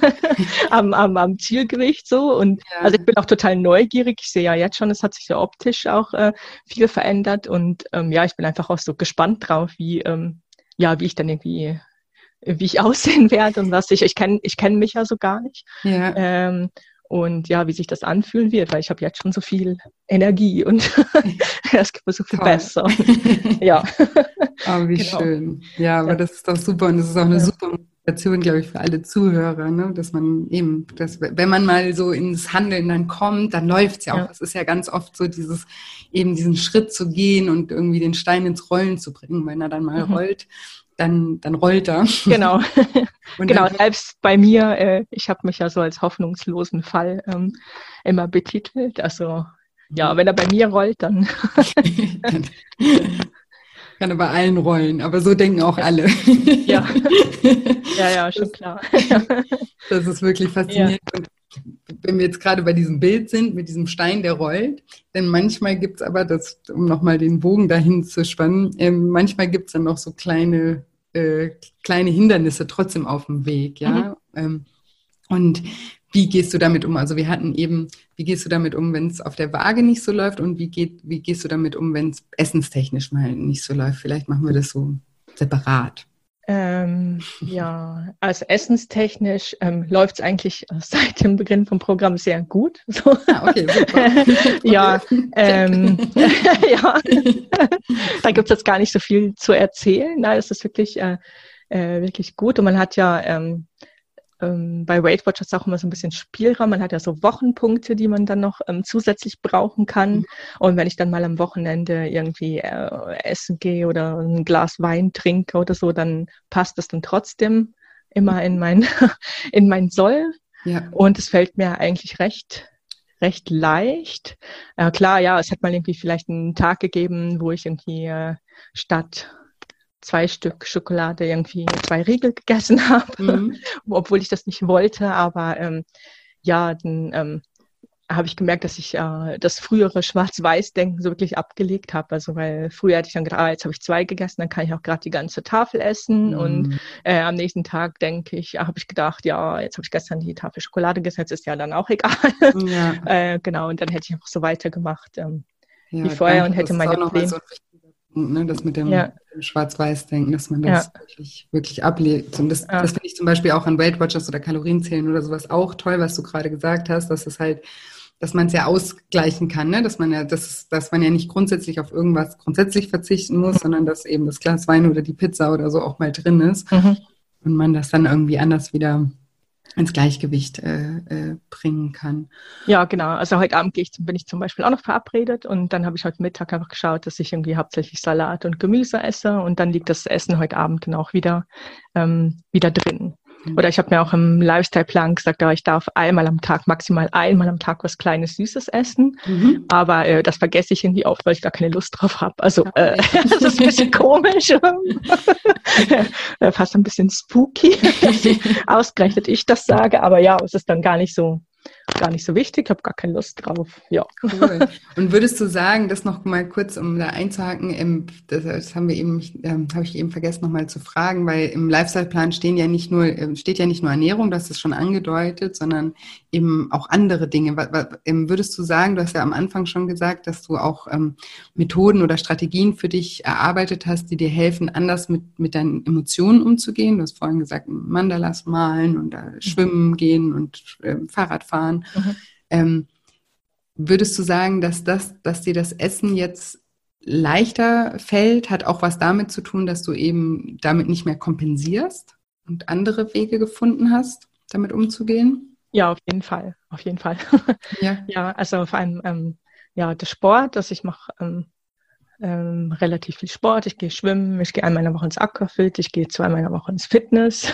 [SPEAKER 2] am, am, am Zielgewicht so. Und ja. also ich bin auch total neugierig. Ich sehe ja jetzt schon, es hat sich ja optisch auch äh, viel verändert. Und ähm, ja, ich bin einfach auch so gespannt drauf, wie ähm, ja, wie ich dann irgendwie, wie ich aussehen werde und was ich. Ich kenne, ich kenne mich ja so gar nicht. Ja. Ähm, Und ja, wie sich das anfühlen wird, weil ich habe jetzt schon so viel Energie und es gibt mir so viel Toll. Besser. Ja.
[SPEAKER 1] Oh, wie genau. schön. Ja, aber ja. das ist doch super und das ist auch eine ja. super Motivation, glaube ich, für alle Zuhörer, ne? Dass man eben, dass, wenn man mal so ins Handeln dann kommt, dann läuft es ja auch. Es ja. ist ja ganz oft so dieses, eben diesen Schritt zu gehen und irgendwie den Stein ins Rollen zu bringen, wenn er dann mal mhm. rollt. Dann, dann rollt er.
[SPEAKER 2] Genau. Und genau, selbst bei mir, äh, ich habe mich ja so als hoffnungslosen Fall ähm, immer betitelt. Also ja, wenn er bei mir rollt, dann
[SPEAKER 1] kann er bei allen rollen, aber so denken auch alle.
[SPEAKER 2] Ja, ja, ja, schon klar.
[SPEAKER 1] Das ist wirklich faszinierend. Ja. Und wenn wir jetzt gerade bei diesem Bild sind, mit diesem Stein, der rollt, denn manchmal gibt es aber, das, um nochmal den Bogen dahin zu spannen, ähm, manchmal gibt es dann noch so kleine, äh, kleine Hindernisse trotzdem auf dem Weg, ja. Mhm. Ähm, und wie gehst du damit um? Also wir hatten eben, wie gehst du damit um, wenn es auf der Waage nicht so läuft und wie, geht, wie gehst du damit um, wenn es essenstechnisch mal nicht so läuft? Vielleicht machen wir das so separat.
[SPEAKER 2] Ähm, ja, also essenstechnisch ähm, läuft es eigentlich seit dem Beginn vom Programm sehr gut. So.
[SPEAKER 1] Ah, okay, super.
[SPEAKER 2] ja, ähm, ja. da gibt es jetzt gar nicht so viel zu erzählen. Nein, es ist wirklich, äh, äh, wirklich gut und man hat ja ähm, Ähm, bei Weight Watchers auch immer so ein bisschen Spielraum. Man hat ja so Wochenpunkte, die man dann noch ähm, zusätzlich brauchen kann. Mhm. Und wenn ich dann mal am Wochenende irgendwie äh, essen gehe oder ein Glas Wein trinke oder so, dann passt das dann trotzdem immer in mein, in mein Soll. Ja. Und es fällt mir eigentlich recht recht leicht. Äh, klar, ja, es hat mal irgendwie vielleicht einen Tag gegeben, wo ich irgendwie äh, statt zwei Stück Schokolade irgendwie zwei Riegel gegessen habe, mhm. obwohl ich das nicht wollte. Aber ähm, ja, dann ähm, habe ich gemerkt, dass ich äh, das frühere Schwarz-Weiß-Denken so wirklich abgelegt habe. Also weil früher hätte ich dann gedacht, ah, jetzt habe ich zwei gegessen, dann kann ich auch gerade die ganze Tafel essen. Mhm. Und äh, am nächsten Tag denke ich, habe ich gedacht, ja, jetzt habe ich gestern die Tafel Schokolade gegessen, jetzt ist ja dann auch egal. Ja. äh, genau, und dann hätte ich einfach so weitergemacht ähm, ja, wie vorher danke, und hätte meine Pläne. So
[SPEAKER 1] Ne, das mit dem, ja. dem Schwarz-Weiß-Denken, dass man das ja. wirklich, wirklich ablegt. Und das, ja. das finde ich zum Beispiel auch an Weight Watchers oder Kalorienzählen oder sowas auch toll, was du gerade gesagt hast, dass es halt, dass man es ja ausgleichen kann, ne? Dass man ja, dass, dass man ja nicht grundsätzlich auf irgendwas grundsätzlich verzichten muss, mhm. sondern dass eben das Glas Wein oder die Pizza oder so auch mal drin ist mhm. und man das dann irgendwie anders wieder ins Gleichgewicht äh, äh, bringen kann.
[SPEAKER 2] Ja, genau. Also heute Abend gehe ich, bin ich zum Beispiel auch noch verabredet und dann habe ich heute Mittag einfach geschaut, dass ich irgendwie hauptsächlich Salat und Gemüse esse und dann liegt das Essen heute Abend dann auch wieder, ähm, wieder drin. Oder ich habe mir auch im Lifestyle-Plan gesagt, ich darf einmal am Tag, maximal einmal am Tag was Kleines, Süßes essen. Mhm. Aber äh, das vergesse ich irgendwie oft, weil ich gar keine Lust drauf habe. Also äh, das ist ein bisschen komisch. Fast ein bisschen spooky, ausgerechnet ich das sage. Aber ja, es ist dann gar nicht so gar nicht so wichtig, ich habe gar keine Lust drauf. Ja.
[SPEAKER 1] Cool. Und würdest du sagen, das noch mal kurz, um da einzuhaken, im, das, das haben wir eben, ähm, habe ich eben vergessen noch mal zu fragen, weil im Lifestyle-Plan stehen ja nicht nur, steht ja nicht nur Ernährung, das ist schon angedeutet, sondern eben auch andere Dinge. Würdest du sagen, du hast ja am Anfang schon gesagt, dass du auch ähm, Methoden oder Strategien für dich erarbeitet hast, die dir helfen, anders mit, mit deinen Emotionen umzugehen. Du hast vorhin gesagt, Mandalas malen und äh, schwimmen gehen und äh, Fahrrad fahren. Mhm. Ähm, würdest du sagen, dass das, dass dir das Essen jetzt leichter fällt, hat auch was damit zu tun, dass du eben damit nicht mehr kompensierst und andere Wege gefunden hast, damit umzugehen?
[SPEAKER 2] Ja, auf jeden Fall, auf jeden Fall. Ja, ja, also vor allem ähm, ja, der Sport, dass ich mache ähm, ähm, relativ viel Sport. Ich gehe schwimmen, ich gehe einmal in der Woche ins Aquafit, ich gehe zweimal in der Woche ins Fitness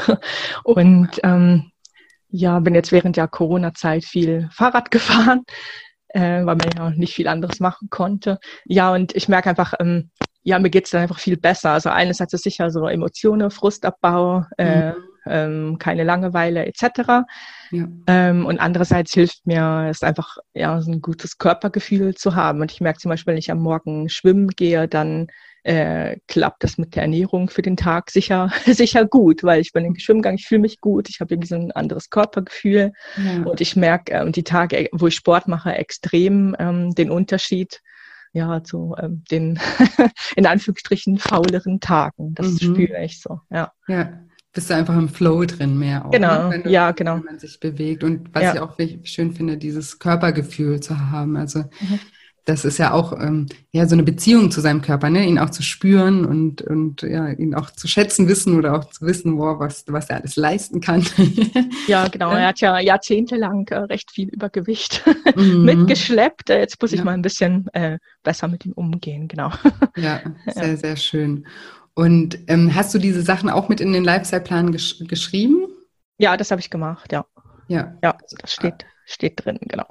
[SPEAKER 2] und ähm, ja, bin jetzt während der Corona-Zeit viel Fahrrad gefahren, äh, weil man ja nicht viel anderes machen konnte. Ja, und ich merke einfach, ähm, ja, mir geht's dann einfach viel besser. Also einerseits ist sicher so Emotionen, Frustabbau, äh, mhm. ähm, keine Langeweile et cetera. Ja. Ähm, und andererseits hilft mir es einfach, ja, so ein gutes Körpergefühl zu haben. Und ich merke zum Beispiel, wenn ich am Morgen schwimmen gehe, dann äh, klappt das mit der Ernährung für den Tag sicher sicher gut, weil ich bin im Schwimmgang, ich fühle mich gut, ich habe irgendwie so ein anderes Körpergefühl ja. und ich merke ähm, die Tage, wo ich Sport mache, extrem ähm, den Unterschied, ja, zu ähm, den in Anführungsstrichen fauleren Tagen. Das mhm. spüre ich so, ja.
[SPEAKER 1] Ja. Bist du einfach im Flow drin mehr auch.
[SPEAKER 2] Genau,
[SPEAKER 1] ne? Wenn du,
[SPEAKER 2] ja, genau.
[SPEAKER 1] Wenn man sich bewegt. Und was
[SPEAKER 2] ja.
[SPEAKER 1] ich auch schön finde, dieses Körpergefühl zu haben. Also mhm. das ist ja auch ähm, ja so eine Beziehung zu seinem Körper, ne? Ihn auch zu spüren und, und ja, ihn auch zu schätzen wissen oder auch zu wissen, wow, was, was er alles leisten kann.
[SPEAKER 2] Ja, genau. Er hat ja jahrzehntelang äh, recht viel Übergewicht mhm. mitgeschleppt. Jetzt muss ich ja. mal ein bisschen äh, besser mit ihm umgehen, genau.
[SPEAKER 1] Ja, sehr, ja. sehr schön. Und ähm, hast du diese Sachen auch mit in den Lifestyle-Plan gesch- geschrieben?
[SPEAKER 2] Ja, das habe ich gemacht, ja.
[SPEAKER 1] Ja,
[SPEAKER 2] ja das steht, steht drin, genau.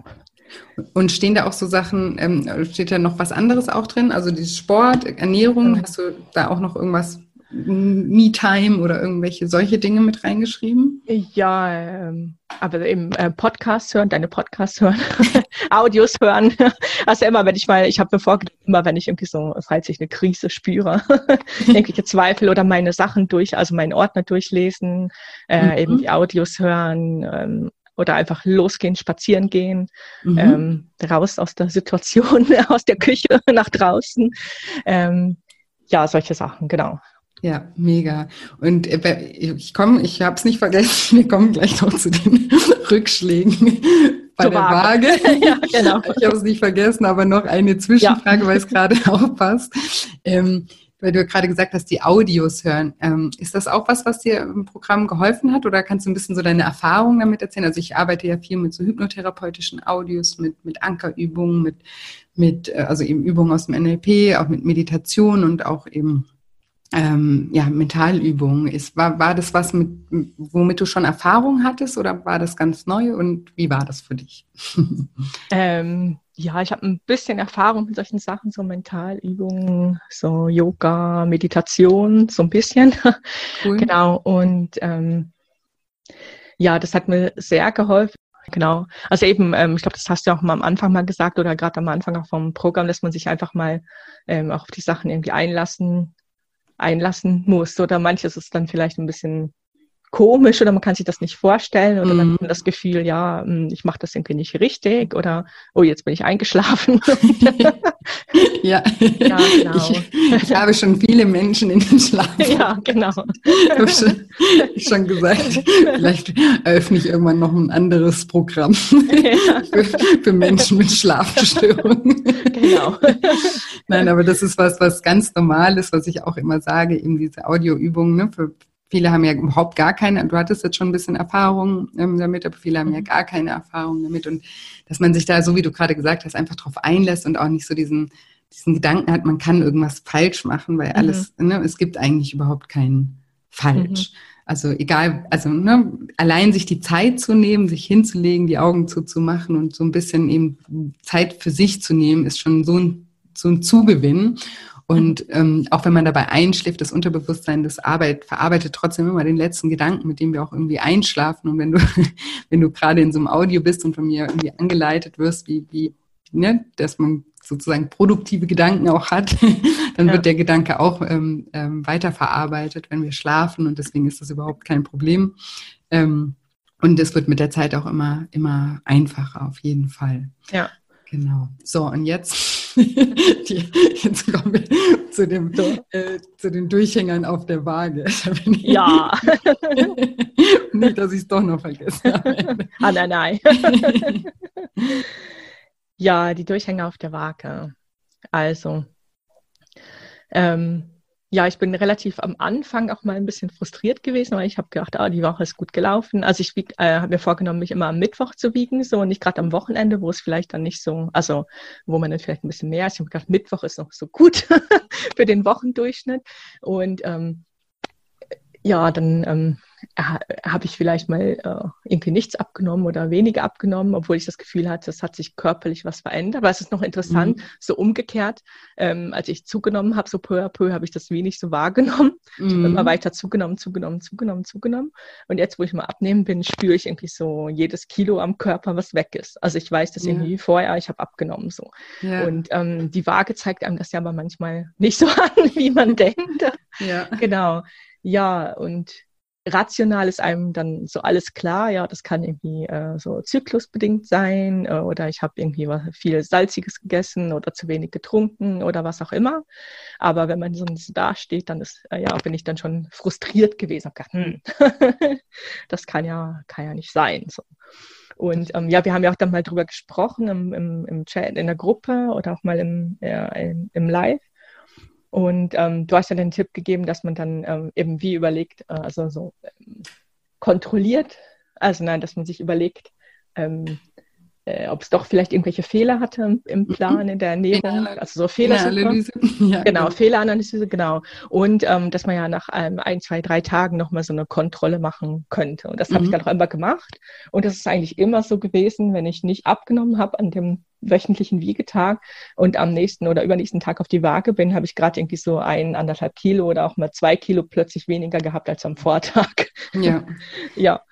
[SPEAKER 1] Und stehen da auch so Sachen, ähm, steht da noch was anderes auch drin? Also dieses Sport, Ernährung, mhm. hast du da auch noch irgendwas, Me-Time oder irgendwelche solche Dinge mit reingeschrieben?
[SPEAKER 2] Ja, ähm, aber eben äh, Podcasts hören, deine Podcasts hören, Audios hören. Also immer, wenn ich mal, ich habe mir vorgenommen, immer wenn ich irgendwie so, falls ich eine Krise spüre, irgendwelche Zweifel oder meine Sachen durch, also meinen Ordner durchlesen, äh, mhm. eben die Audios hören, ähm, oder einfach losgehen, spazieren gehen, mhm. ähm, raus aus der Situation, aus der Küche nach draußen. Ähm, ja, solche Sachen, genau.
[SPEAKER 1] Ja, mega. Und ich komme, ich habe es nicht vergessen, wir kommen gleich noch zu den Rückschlägen bei Zur der Waage. Waage. Ja, genau. Ich habe es nicht vergessen, aber noch eine Zwischenfrage, ja. weil es gerade aufpasst. Ähm, weil du gerade gesagt hast, die Audios hören. Ähm, ist das auch was, was dir im Programm geholfen hat? Oder kannst du ein bisschen so deine Erfahrungen damit erzählen? Also ich arbeite ja viel mit so hypnotherapeutischen Audios, mit, mit Ankerübungen, mit, mit, also eben Übungen aus dem N L P, auch mit Meditation und auch eben Ähm, ja, Mentalübungen. Ist, war, war das was, mit, womit du schon Erfahrung hattest oder war das ganz neu und wie war das für dich?
[SPEAKER 2] ähm, ja, ich habe ein bisschen Erfahrung mit solchen Sachen, so Mentalübungen, so Yoga, Meditation, so ein bisschen. Cool. Genau, und ähm, ja, das hat mir sehr geholfen. Genau, also eben, ähm, ich glaube, das hast du auch mal am Anfang mal gesagt oder gerade am Anfang auch vom Programm, dass man sich einfach mal ähm, auch auf die Sachen irgendwie einlassen einlassen muss. Oder manches ist dann vielleicht ein bisschen komisch oder man kann sich das nicht vorstellen oder dann hat man das Gefühl, ja, ich mache das irgendwie nicht richtig oder oh, jetzt bin ich eingeschlafen.
[SPEAKER 1] Ja, ja genau. ich, ich habe schon viele Menschen in den Schlaf.
[SPEAKER 2] Ja, genau.
[SPEAKER 1] Ich habe schon, schon gesagt, vielleicht eröffne ich irgendwann noch ein anderes Programm ja. für, für Menschen mit Schlafstörungen. Genau. Nein, aber das ist was, was ganz normal ist, was ich auch immer sage, eben diese Audioübungen, ne, für viele haben ja überhaupt gar keine, du hattest jetzt schon ein bisschen Erfahrung ähm, damit, aber viele haben mhm. ja gar keine Erfahrung damit und dass man sich da, so wie du gerade gesagt hast, einfach drauf einlässt und auch nicht so diesen, diesen Gedanken hat, man kann irgendwas falsch machen, weil alles, mhm. ne, es gibt eigentlich überhaupt kein Falsch. Mhm. Also egal, also ne, allein sich die Zeit zu nehmen, sich hinzulegen, die Augen zuzumachen und so ein bisschen eben Zeit für sich zu nehmen, ist schon so ein, so ein Zugewinn. Und ähm, auch wenn man dabei einschläft, das Unterbewusstsein, das Arbeit, verarbeitet trotzdem immer den letzten Gedanken, mit dem wir auch irgendwie einschlafen. Und wenn du, wenn du gerade in so einem Audio bist und von mir irgendwie angeleitet wirst, wie, wie, ne, dass man sozusagen produktive Gedanken auch hat, dann ja. wird der Gedanke auch ähm, ähm, weiterverarbeitet, wenn wir schlafen. Und deswegen ist das überhaupt kein Problem. Ähm, und es wird mit der Zeit auch immer, immer einfacher, auf jeden Fall.
[SPEAKER 2] Ja.
[SPEAKER 1] Genau. So, und jetzt, die, jetzt kommen wir zu, dem, äh, zu den Durchhängern auf der Waage.
[SPEAKER 2] Ja.
[SPEAKER 1] Nicht, dass ich es doch noch vergesse.
[SPEAKER 2] Ah, nein, nein. Ja, die Durchhänger auf der Waage. Also, ähm, ja, ich bin relativ am Anfang auch mal ein bisschen frustriert gewesen, weil ich habe gedacht, ah, die Woche ist gut gelaufen. Also ich äh, habe mir vorgenommen, mich immer am Mittwoch zu wiegen, so und nicht gerade am Wochenende, wo es vielleicht dann nicht so, also wo man dann vielleicht ein bisschen mehr ist. Ich habe gedacht, Mittwoch ist noch so gut für den Wochendurchschnitt. Und ähm, ja, dann ähm, habe ich vielleicht mal äh, irgendwie nichts abgenommen oder weniger abgenommen, obwohl ich das Gefühl hatte, es hat sich körperlich was verändert. Aber es ist noch interessant, mhm. so umgekehrt, ähm, als ich zugenommen habe, so peu à peu habe ich das wenig so wahrgenommen. Mhm. Ich habe immer weiter zugenommen, zugenommen, zugenommen, zugenommen. Und jetzt, wo ich mal abnehmen bin, spüre ich irgendwie so jedes Kilo am Körper, was weg ist. Also ich weiß das ja. irgendwie vorher, ich habe abgenommen so. Ja. Und ähm, die Waage zeigt einem das ja aber manchmal nicht so an, wie man denkt.
[SPEAKER 1] Ja.
[SPEAKER 2] Genau. Ja, und rational ist einem dann so alles klar, ja, das kann irgendwie äh, so zyklusbedingt sein äh, oder ich habe irgendwie was, viel Salziges gegessen oder zu wenig getrunken oder was auch immer. Aber wenn man so da steht, dann ist, äh, ja, bin ich dann schon frustriert gewesen. Hab gedacht, hm, das kann ja, kann ja nicht sein. So. Und ähm, ja, wir haben ja auch dann mal drüber gesprochen im, im, im Chat, in der Gruppe oder auch mal im, äh, im, im Live. Und ähm, du hast ja den Tipp gegeben, dass man dann ähm, eben wie überlegt, äh, also so ähm, kontrolliert, also nein, dass man sich überlegt, ähm, äh, ob es doch vielleicht irgendwelche Fehler hatte im Plan, in der Ernährung, also so Fehleranalyse. Ja, genau, genau, Fehleranalyse, genau. Und ähm, dass man ja nach ähm, ein, zwei, drei Tagen nochmal so eine Kontrolle machen könnte. Und das habe mhm. ich dann auch immer gemacht. Und das ist eigentlich immer so gewesen, wenn ich nicht abgenommen habe an dem wöchentlichen Wiegetag und am nächsten oder übernächsten Tag auf die Waage bin, habe ich gerade irgendwie so ein, anderthalb Kilo oder auch mal zwei Kilo plötzlich weniger gehabt als am Vortag.
[SPEAKER 1] Ja.
[SPEAKER 2] Ja.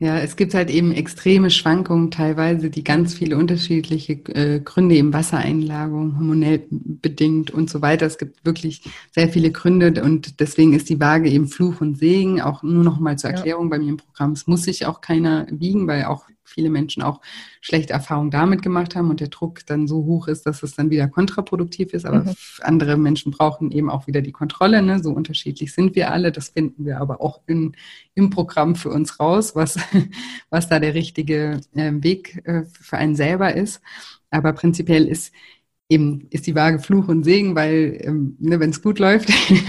[SPEAKER 1] Ja, es gibt halt eben extreme Schwankungen teilweise, die ganz viele unterschiedliche äh, Gründe, eben Wassereinlagerung, hormonell bedingt und so weiter. Es gibt wirklich sehr viele Gründe und deswegen ist die Waage eben Fluch und Segen. Auch nur noch mal zur Erklärung, ja. Bei mir im Programm, es muss sich auch keiner wiegen, weil auch viele Menschen auch schlechte Erfahrungen damit gemacht haben und der Druck dann so hoch ist, dass es dann wieder kontraproduktiv ist. Aber mhm. andere Menschen brauchen eben auch wieder die Kontrolle. Ne? So unterschiedlich sind wir alle. Das finden wir aber auch in, im Programm für uns raus, was, was da der richtige äh, Weg äh, für einen selber ist. Aber prinzipiell ist eben ist die Waage Fluch und Segen, weil ähm, ne, wenn es gut läuft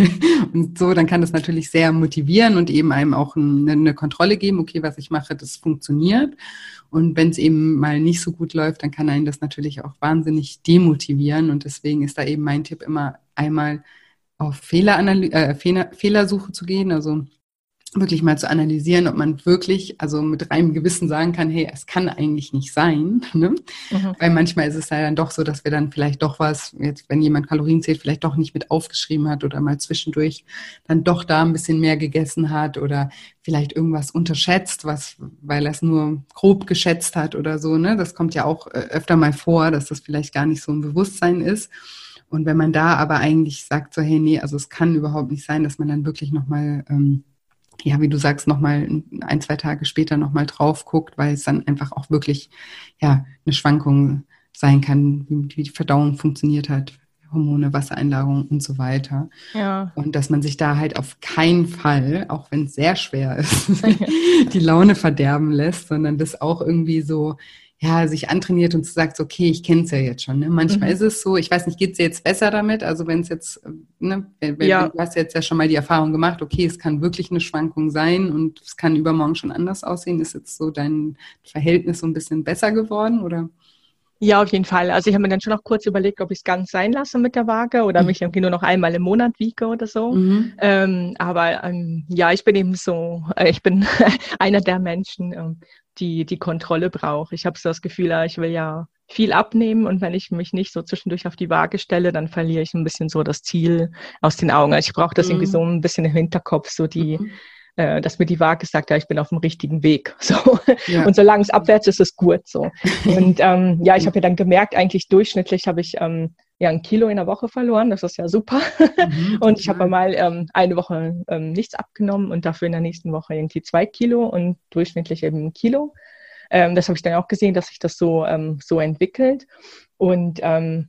[SPEAKER 1] und so, dann kann das natürlich sehr motivieren und eben einem auch eine, eine Kontrolle geben, okay, was ich mache, das funktioniert. Und wenn es eben mal nicht so gut läuft, dann kann einen das natürlich auch wahnsinnig demotivieren. Und deswegen ist da eben mein Tipp immer einmal auf Fehleranaly- äh, Fehler- Fehlersuche zu gehen, also wirklich mal zu analysieren, ob man wirklich, also mit reinem Gewissen sagen kann, hey, es kann eigentlich nicht sein, ne? Mhm. Weil manchmal ist es ja dann doch so, dass wir dann vielleicht doch was, jetzt wenn jemand Kalorien zählt, vielleicht doch nicht mit aufgeschrieben hat oder mal zwischendurch dann doch da ein bisschen mehr gegessen hat oder vielleicht irgendwas unterschätzt, was, weil er es nur grob geschätzt hat oder so, ne? Das kommt ja auch öfter mal vor, dass das vielleicht gar nicht so ein Bewusstsein ist. Und wenn man da aber eigentlich sagt so, hey, nee, also es kann überhaupt nicht sein, dass man dann wirklich nochmal ähm, ja, wie du sagst, nochmal ein, zwei Tage später nochmal drauf guckt, weil es dann einfach auch wirklich, ja, eine Schwankung sein kann, wie, wie die Verdauung funktioniert hat, Hormone, Wassereinlagerung und so weiter. Ja. Und dass man sich da halt auf keinen Fall, auch wenn es sehr schwer ist, die Laune verderben lässt, sondern das auch irgendwie so, ja, sich antrainiert und sagt, okay, ich kenne es ja jetzt schon. Ne? Manchmal mhm. ist es so, ich weiß nicht, geht es dir jetzt besser damit? Also wenn es jetzt, ne, wenn, ja. du hast jetzt ja schon mal die Erfahrung gemacht, okay, es kann wirklich eine Schwankung sein und es kann übermorgen schon anders aussehen. Ist jetzt so dein Verhältnis so ein bisschen besser geworden, oder?
[SPEAKER 2] Ja, auf jeden Fall. Also ich habe mir dann schon noch kurz überlegt, ob ich es ganz sein lasse mit der Waage oder mhm. mich irgendwie nur noch einmal im Monat wiege oder so. Mhm. Ähm, aber ähm, ja, ich bin eben so, äh, ich bin einer der Menschen, ähm, die die Kontrolle braucht. Ich habe so das Gefühl, ich will ja viel abnehmen und wenn ich mich nicht so zwischendurch auf die Waage stelle, dann verliere ich ein bisschen so das Ziel aus den Augen. Also ich brauche das mhm. irgendwie so ein bisschen im Hinterkopf, so die mhm. äh, dass mir die Waage sagt, ja, ich bin auf dem richtigen Weg. So. Ja. Und solange es abwärts ist, ist es gut. So. Und ähm, ja, ich habe ja dann gemerkt, eigentlich durchschnittlich habe ich ähm, ja ein Kilo in der Woche verloren. Das ist ja super. Mhm, und ich habe mal ähm, eine Woche ähm, nichts abgenommen und dafür in der nächsten Woche irgendwie zwei Kilo und durchschnittlich eben ein Kilo. Ähm, das habe ich dann auch gesehen, dass sich das so, ähm, so entwickelt. Und ähm,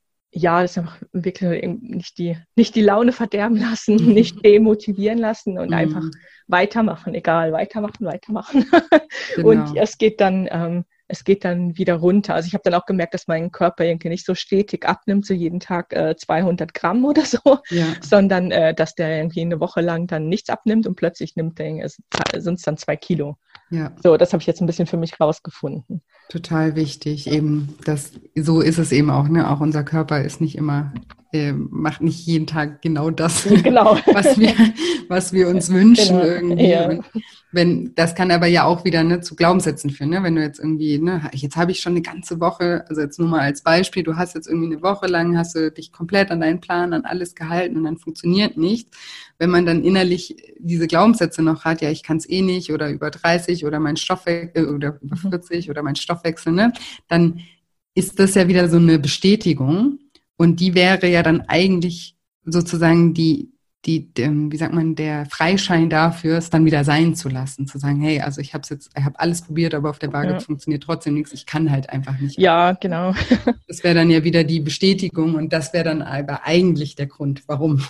[SPEAKER 2] ja, das ist einfach wirklich nicht die, nicht die Laune verderben lassen, mhm. nicht demotivieren lassen und mhm. einfach weitermachen, egal, weitermachen, weitermachen. Genau. Und es geht dann, ähm, es geht dann wieder runter. Also ich habe dann auch gemerkt, dass mein Körper irgendwie nicht so stetig abnimmt, so jeden Tag äh, zweihundert Gramm oder so, ja. sondern äh, dass der irgendwie eine Woche lang dann nichts abnimmt und plötzlich nimmt der, sind es dann zwei Kilo. Ja. So, das habe ich jetzt ein bisschen für mich rausgefunden.
[SPEAKER 1] Total wichtig, eben, das, so ist es eben auch, ne? Auch unser Körper ist nicht immer, äh, macht nicht jeden Tag genau das, genau. was wir, was wir uns wünschen genau. irgendwie. Ja. Und wenn, das kann aber ja auch wieder, ne, zu Glaubenssätzen führen, ne? Wenn du jetzt irgendwie, ne, jetzt habe ich schon eine ganze Woche, also jetzt nur mal als Beispiel, du hast jetzt irgendwie eine Woche lang, hast du dich komplett an deinen Plan, an alles gehalten und dann funktioniert nichts. Wenn man dann innerlich diese Glaubenssätze noch hat, ja, ich kann es eh nicht oder über dreißig oder mein Stoffwechsel oder über vierzig oder mein Stoffwechsel, ne, dann ist das ja wieder so eine Bestätigung und die wäre ja dann eigentlich sozusagen die, die, wie sagt man, der Freischein dafür, es dann wieder sein zu lassen, zu sagen, hey, also ich habe jetzt, ich habe alles probiert, aber auf der Waage ja. funktioniert trotzdem nichts, ich kann halt einfach nicht.
[SPEAKER 2] Ja, genau.
[SPEAKER 1] Das wäre dann ja wieder die Bestätigung und das wäre dann aber eigentlich der Grund, warum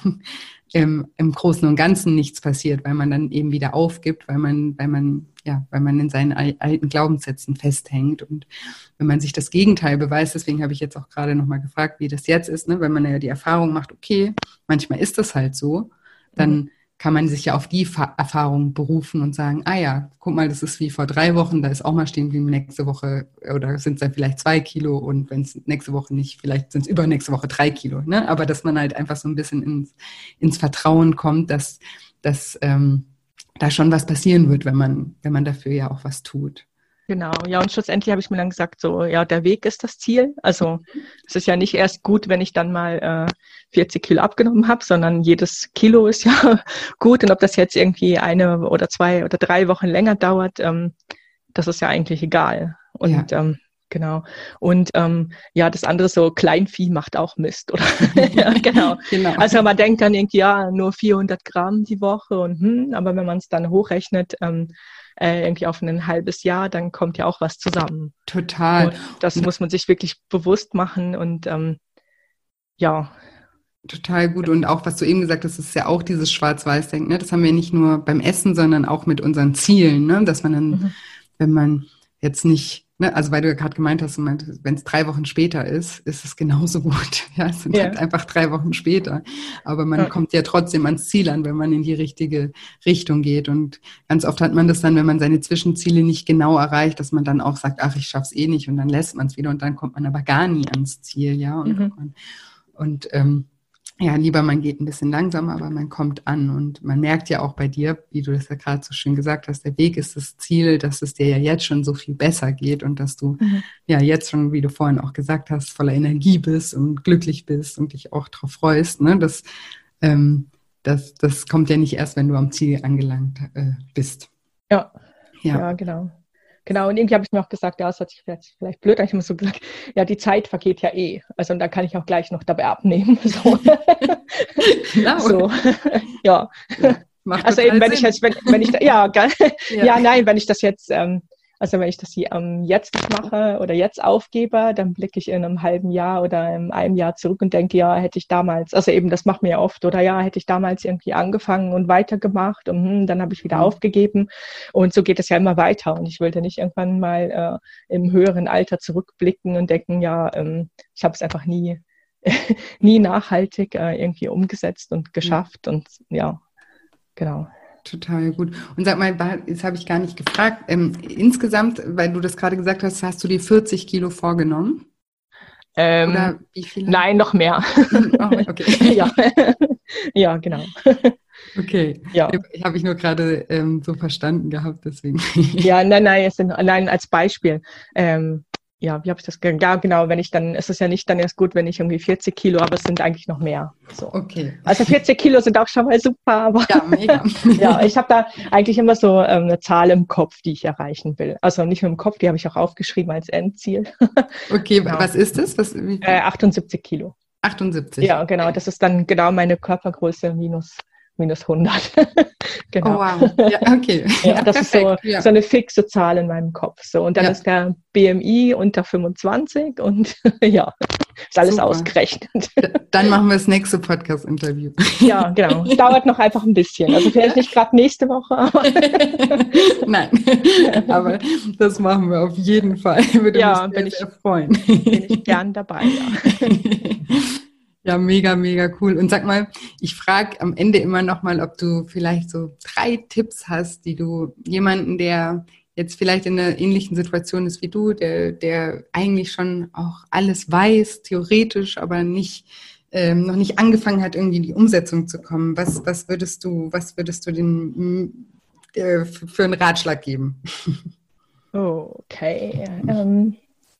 [SPEAKER 1] im, im Großen und Ganzen nichts passiert, weil man dann eben wieder aufgibt, weil man, weil man, ja, weil man in seinen alten Glaubenssätzen festhängt. Und wenn man sich das Gegenteil beweist, deswegen habe ich jetzt auch gerade nochmal gefragt, wie das jetzt ist, ne, wenn man ja die Erfahrung macht, okay, manchmal ist das halt so, dann mhm. kann man sich ja auf die Fa- Erfahrung berufen und sagen, ah ja, guck mal, das ist wie vor drei Wochen, da ist auch mal stehen geblieben, nächste Woche, oder sind es dann vielleicht zwei Kilo und wenn es nächste Woche nicht, vielleicht sind es übernächste Woche drei Kilo, ne? Aber dass man halt einfach so ein bisschen ins, ins Vertrauen kommt, dass, dass ähm, da schon was passieren wird, wenn man, wenn man dafür ja auch was tut.
[SPEAKER 2] Genau, ja, und schlussendlich habe ich mir dann gesagt, so, ja, der Weg ist das Ziel. Also es ist ja nicht erst gut, wenn ich dann mal äh, vierzig Kilo abgenommen habe, sondern jedes Kilo ist ja gut. Und ob das jetzt irgendwie eine oder zwei oder drei Wochen länger dauert, ähm, das ist ja eigentlich egal. Und ja. ähm, genau. Und ähm, ja, das andere so, Kleinvieh macht auch Mist, oder? Ja, genau. genau. Also man denkt dann irgendwie, ja, nur vierhundert Gramm die Woche und hm, aber wenn man es dann hochrechnet, ähm, äh, irgendwie auf ein halbes Jahr, dann kommt ja auch was zusammen.
[SPEAKER 1] Total.
[SPEAKER 2] Und das muss man sich wirklich bewusst machen und ähm, ja.
[SPEAKER 1] Total gut. Und auch, was du eben gesagt hast, ist ja auch dieses Schwarz-Weiß-Denken. Ne? Das haben wir nicht nur beim Essen, sondern auch mit unseren Zielen. Ne? Dass man dann, mhm. wenn man jetzt nicht, ne, also weil du ja gerade gemeint hast, wenn es drei Wochen später ist, ist es genauso gut. Ja, es sind ja. halt einfach drei Wochen später. Aber man ja. kommt ja trotzdem ans Ziel an, wenn man in die richtige Richtung geht. Und ganz oft hat man das dann, wenn man seine Zwischenziele nicht genau erreicht, dass man dann auch sagt, ach, ich schaff's eh nicht und dann lässt man es wieder und dann kommt man aber gar nie ans Ziel. Ja, und, mhm. man, und ähm, ja, lieber man geht ein bisschen langsamer, aber man kommt an und man merkt ja auch bei dir, wie du das ja gerade so schön gesagt hast, der Weg ist das Ziel, dass es dir ja jetzt schon so viel besser geht und dass du mhm. ja jetzt schon, wie du vorhin auch gesagt hast, voller Energie bist und glücklich bist und dich auch drauf freust. Ne? Das, ähm, das, das kommt ja nicht erst, wenn du am Ziel angelangt äh, bist.
[SPEAKER 2] Ja. ja, ja, genau. Genau, und irgendwie habe ich mir auch gesagt, ja, das hat sich vielleicht, vielleicht blöd, ich habe mir so gesagt, ja, die Zeit vergeht ja eh. Also und dann kann ich auch gleich noch dabei abnehmen. So. Genau. So. Ja. ja. Macht also eben, wenn Sinn. ich jetzt, wenn, wenn ich da, ja, ja, ja, nein, wenn ich das jetzt, ähm, also wenn ich das hier ähm, jetzt mache oder jetzt aufgebe, dann blicke ich in einem halben Jahr oder in einem Jahr zurück und denke, ja, hätte ich damals, also eben, das macht mir ja oft, oder ja, hätte ich damals irgendwie angefangen und weitergemacht und hm, dann habe ich wieder mhm. aufgegeben und so geht es ja immer weiter und ich wollte nicht irgendwann mal äh, im höheren Alter zurückblicken und denken, ja, ähm, ich habe es einfach nie, nie nachhaltig äh, irgendwie umgesetzt und geschafft mhm. und ja, genau.
[SPEAKER 1] Total gut. Und sag mal, jetzt habe ich gar nicht gefragt, ähm, insgesamt, weil du das gerade gesagt hast, hast du dir vierzig Kilo vorgenommen?
[SPEAKER 2] Ähm, Oder wie viele? Nein, noch mehr. Oh, okay. ja. ja, genau.
[SPEAKER 1] Okay, ja. Habe ich nur gerade ähm, so verstanden gehabt, deswegen.
[SPEAKER 2] ja, nein, nein, es sind allein als Beispiel. Ähm, ja, wie habe ich das gedacht? Ja, genau, wenn ich dann, es ist ja nicht dann erst gut, wenn ich irgendwie vierzig Kilo, aber es sind eigentlich noch mehr. So.
[SPEAKER 1] Okay.
[SPEAKER 2] Also vierzig Kilo sind auch schon mal super, aber
[SPEAKER 1] ja, mega.
[SPEAKER 2] ja, ich habe da eigentlich immer so ähm, eine Zahl im Kopf, die ich erreichen will. Also nicht nur im Kopf, die habe ich auch aufgeschrieben als Endziel.
[SPEAKER 1] Okay, genau. Was ist das? Was,
[SPEAKER 2] wie viel? Äh, achtundsiebzig Kilo.
[SPEAKER 1] achtundsiebzig?
[SPEAKER 2] Ja, genau, das ist dann genau meine Körpergröße minus minus hundert. genau.
[SPEAKER 1] Oh, wow. Ja, okay.
[SPEAKER 2] ja, ja, das perfekt. ist so, ja. so eine fixe Zahl in meinem Kopf. So. Und dann ja. ist der B M I unter fünfundzwanzig und ja, ist alles Super. ausgerechnet.
[SPEAKER 1] Dann machen wir das nächste Podcast-Interview.
[SPEAKER 2] ja, genau. Dauert noch einfach ein bisschen. Also vielleicht nicht gerade nächste Woche, aber
[SPEAKER 1] Nein, aber das machen wir auf jeden Fall. Würde
[SPEAKER 2] ja,
[SPEAKER 1] mich
[SPEAKER 2] bin
[SPEAKER 1] sehr,
[SPEAKER 2] ich,
[SPEAKER 1] sehr freuen.
[SPEAKER 2] Bin ich gern dabei, ja.
[SPEAKER 1] Ja, mega, mega cool. Und sag mal, ich frage am Ende immer noch mal, ob du vielleicht so drei Tipps hast, die du jemanden, der jetzt vielleicht in einer ähnlichen Situation ist wie du, der, der eigentlich schon auch alles weiß, theoretisch, aber nicht, ähm, noch nicht angefangen hat, irgendwie in die Umsetzung zu kommen. Was, was würdest du, was würdest du den, äh, für, für einen Ratschlag geben?
[SPEAKER 2] Okay, ähm.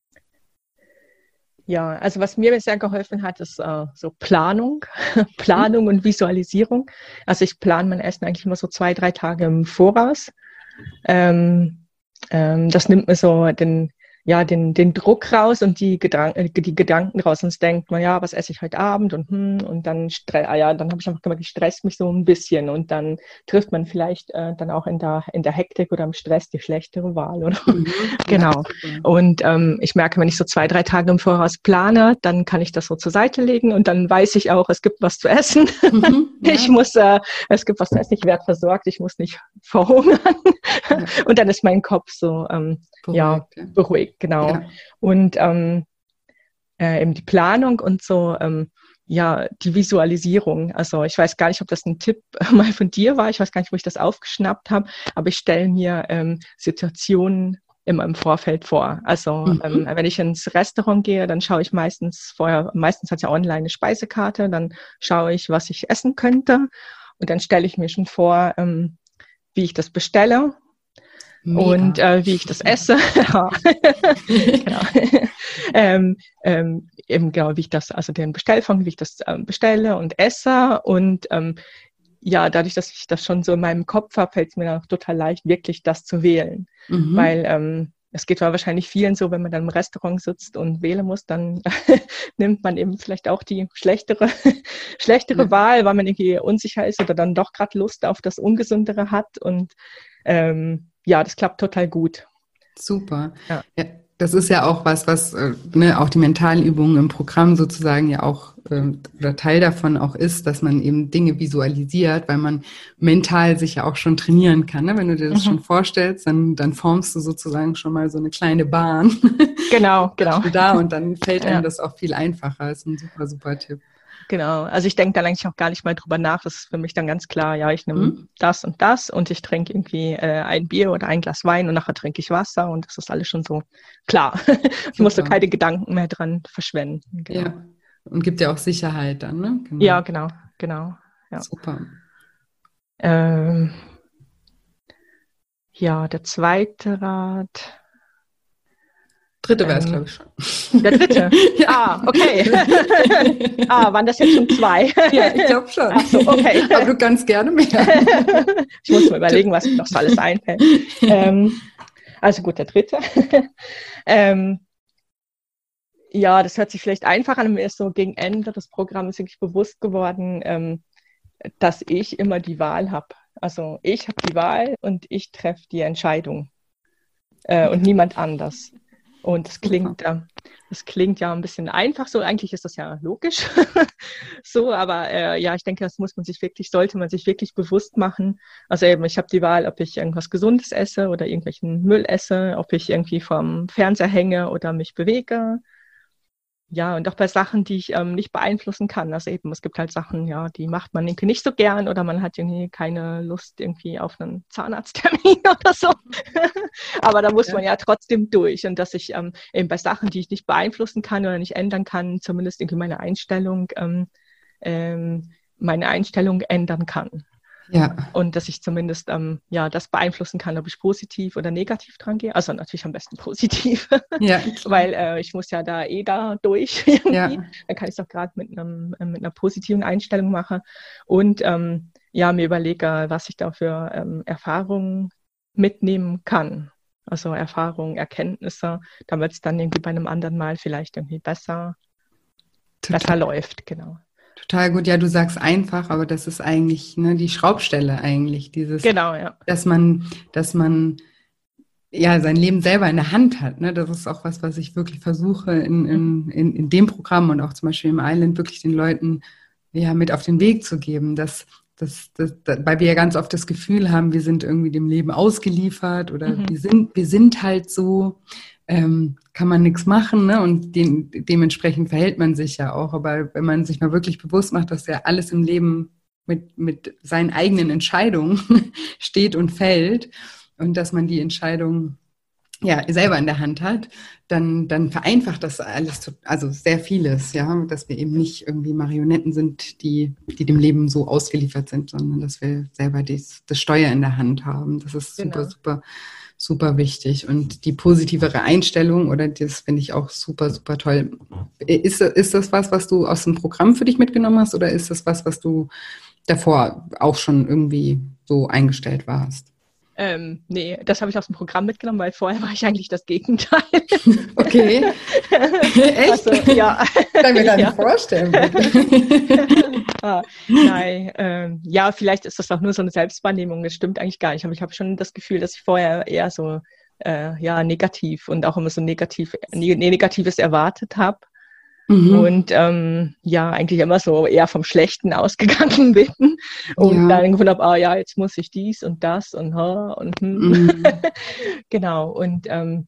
[SPEAKER 2] Ja, also was mir sehr geholfen hat, ist äh, so Planung, Planung und Visualisierung. Also ich plane mein Essen eigentlich immer so zwei, drei Tage im Voraus. Ähm, ähm, das nimmt mir so den, ja, den, den Druck raus und die, Gedank- die Gedanken raus. Sonst denkt man, ja, was esse ich heute Abend und hm, und dann, stre- ah, ja, dann habe ich einfach gemerkt, ich stress mich so ein bisschen und dann trifft man vielleicht äh, dann auch in der, in der Hektik oder im Stress die schlechtere Wahl, oder? Mhm, genau. Ja, und ähm, ich merke, wenn ich so zwei, drei Tage im Voraus plane, dann kann ich das so zur Seite legen und dann weiß ich auch, es gibt was zu essen. Mhm, ja. Ich muss, äh, es gibt was zu essen, ich werde versorgt, ich muss nicht verhungern. Ja. Und dann ist mein Kopf so, ähm, beruhigt, ja, ja, beruhigt. Genau. Ja. Und ähm, äh, eben die Planung und so, ähm, ja, die Visualisierung. Also ich weiß gar nicht, ob das ein Tipp mal von dir war. Ich weiß gar nicht, wo ich das aufgeschnappt habe, aber ich stelle mir ähm, Situationen immer im Vorfeld vor. Also mhm. ähm, wenn ich ins Restaurant gehe, dann schaue ich meistens vorher, meistens hat ja online eine Speisekarte, dann schaue ich, was ich essen könnte und dann stelle ich mir schon vor, ähm, wie ich das bestelle. Mega. Und äh, wie ich das esse. Genau. ähm, ähm, eben genau, wie ich das, also den Bestellfond, wie ich das ähm, bestelle und esse. Und ähm, ja, dadurch, dass ich das schon so in meinem Kopf habe, fällt es mir dann auch total leicht, wirklich das zu wählen. Mhm. Weil ähm, es geht wahrscheinlich vielen so, wenn man dann im Restaurant sitzt und wählen muss, dann nimmt man eben vielleicht auch die schlechtere, schlechtere ja. Wahl, weil man irgendwie unsicher ist oder dann doch gerade Lust auf das Ungesündere hat. Und ähm, ja, das klappt total gut.
[SPEAKER 1] Super. Ja. Ja, das ist ja auch was, was äh, ne, auch die mentalen Übungen im Programm sozusagen ja auch äh, oder Teil davon auch ist, dass man eben Dinge visualisiert, weil man mental sich ja auch schon trainieren kann. Ne? Wenn du dir das mhm. schon vorstellst, dann, dann formst du sozusagen schon mal so eine kleine Bahn.
[SPEAKER 2] Genau, genau.
[SPEAKER 1] Da und dann fällt einem ja. das auch viel einfacher. Das ist ein super, super Tipp.
[SPEAKER 2] Genau, also ich denke dann eigentlich auch gar nicht mal drüber nach. Das ist für mich dann ganz klar, ja, ich nehme mhm. das und das und ich trinke irgendwie äh, ein Bier oder ein Glas Wein und nachher trinke ich Wasser und das ist alles schon so klar. Ich muss so keine Gedanken mehr dran verschwenden. Genau.
[SPEAKER 1] Ja, und gibt ja auch Sicherheit dann, ne?
[SPEAKER 2] Genau. Ja, genau, genau. Ja.
[SPEAKER 1] Super.
[SPEAKER 2] Ähm, ja, der zweite Rat...
[SPEAKER 1] Dritte wäre es, ähm, glaube ich, schon.
[SPEAKER 2] Der dritte? Ja. Ah, okay. Ah, waren das jetzt schon zwei?
[SPEAKER 1] Ja, ich glaube schon.
[SPEAKER 2] Ach so, okay.
[SPEAKER 1] Aber du kannst gerne mehr.
[SPEAKER 2] Ich muss mal überlegen, was mir noch so alles einfällt. Ähm, also gut, der dritte. ähm, ja, das hört sich vielleicht einfach an, mir ist so gegen Ende des Programms wirklich bewusst geworden, ähm, dass ich immer die Wahl habe. Also ich habe die Wahl und ich treffe die Entscheidung äh, und niemand anders. Und das klingt, äh, das klingt ja ein bisschen einfach so. Eigentlich ist das ja logisch so, aber äh, ja, ich denke, das muss man sich wirklich, sollte man sich wirklich bewusst machen. Also eben, ich habe die Wahl, ob ich irgendwas Gesundes esse oder irgendwelchen Müll esse, ob ich irgendwie vorm Fernseher hänge oder mich bewege. Ja, und auch bei Sachen, die ich ähm, nicht beeinflussen kann. Also eben, es gibt halt Sachen, ja, die macht man irgendwie nicht so gern oder man hat irgendwie keine Lust irgendwie auf einen Zahnarzttermin oder so. Aber da muss ja. man ja trotzdem durch. Und dass ich ähm, eben bei Sachen, die ich nicht beeinflussen kann oder nicht ändern kann, zumindest irgendwie meine Einstellung, ähm, ähm, meine Einstellung ändern kann.
[SPEAKER 1] Ja.
[SPEAKER 2] Und dass ich zumindest ähm, ja, das beeinflussen kann, ob ich positiv oder negativ dran gehe. Also natürlich am besten positiv,
[SPEAKER 1] ja,
[SPEAKER 2] weil äh, ich muss ja da eh da durch irgendwie. Ja. Dann kann ich es auch gerade mit, einem, äh, mit einer positiven Einstellung machen. Und ähm, ja, mir überlege, was ich da für ähm, Erfahrungen mitnehmen kann. Also Erfahrungen, Erkenntnisse, damit es dann irgendwie bei einem anderen Mal vielleicht irgendwie besser, besser läuft, genau.
[SPEAKER 1] Total gut. Ja, du sagst einfach, aber das ist eigentlich ne, die Schraubstelle eigentlich. Dieses,
[SPEAKER 2] genau, ja.
[SPEAKER 1] Dass man, dass man ja sein Leben selber in der Hand hat. Ne? Das ist auch was, was ich wirklich versuche in, in, in, in dem Programm und auch zum Beispiel im Island wirklich den Leuten ja mit auf den Weg zu geben, dass Das, das, das, weil wir ja ganz oft das Gefühl haben, wir sind irgendwie dem Leben ausgeliefert oder mhm. wir sind, wir sind halt so, ähm, kann man nichts machen, ne? Und den, dementsprechend verhält man sich ja auch. Aber wenn man sich mal wirklich bewusst macht, dass ja alles im Leben mit, mit seinen eigenen Entscheidungen steht und fällt und dass man die Entscheidung ja selber in der Hand hat, dann, dann vereinfacht das alles, also sehr vieles, ja, dass wir eben nicht irgendwie Marionetten sind, die, die dem Leben so ausgeliefert sind, sondern dass wir selber dies, das Steuer in der Hand haben. Das ist super, genau. super, super wichtig. Und die positivere Einstellung, oder das finde ich auch super, super toll. Ist, ist das was, was du aus dem Programm für dich mitgenommen hast, oder ist das was, was du davor auch schon irgendwie so eingestellt warst?
[SPEAKER 2] Ähm, nee, das habe ich aus dem Programm mitgenommen, weil vorher war ich eigentlich das Gegenteil.
[SPEAKER 1] Okay. Echt?
[SPEAKER 2] Also, ja.
[SPEAKER 1] Kann ich mir gar nicht ja. vorstellen.
[SPEAKER 2] ah, nein, ähm, ja, vielleicht ist das auch nur so eine Selbstwahrnehmung. Das stimmt eigentlich gar nicht. Aber ich habe schon das Gefühl, dass ich vorher eher so äh, ja, negativ und auch immer so negativ, ne- Negatives erwartet habe. Mhm. Und ähm, ja, eigentlich immer so eher vom Schlechten ausgegangen bin und ja. dann gefunden habe, ah ja, jetzt muss ich dies und das und ha und hm. Mhm. Genau, und ähm,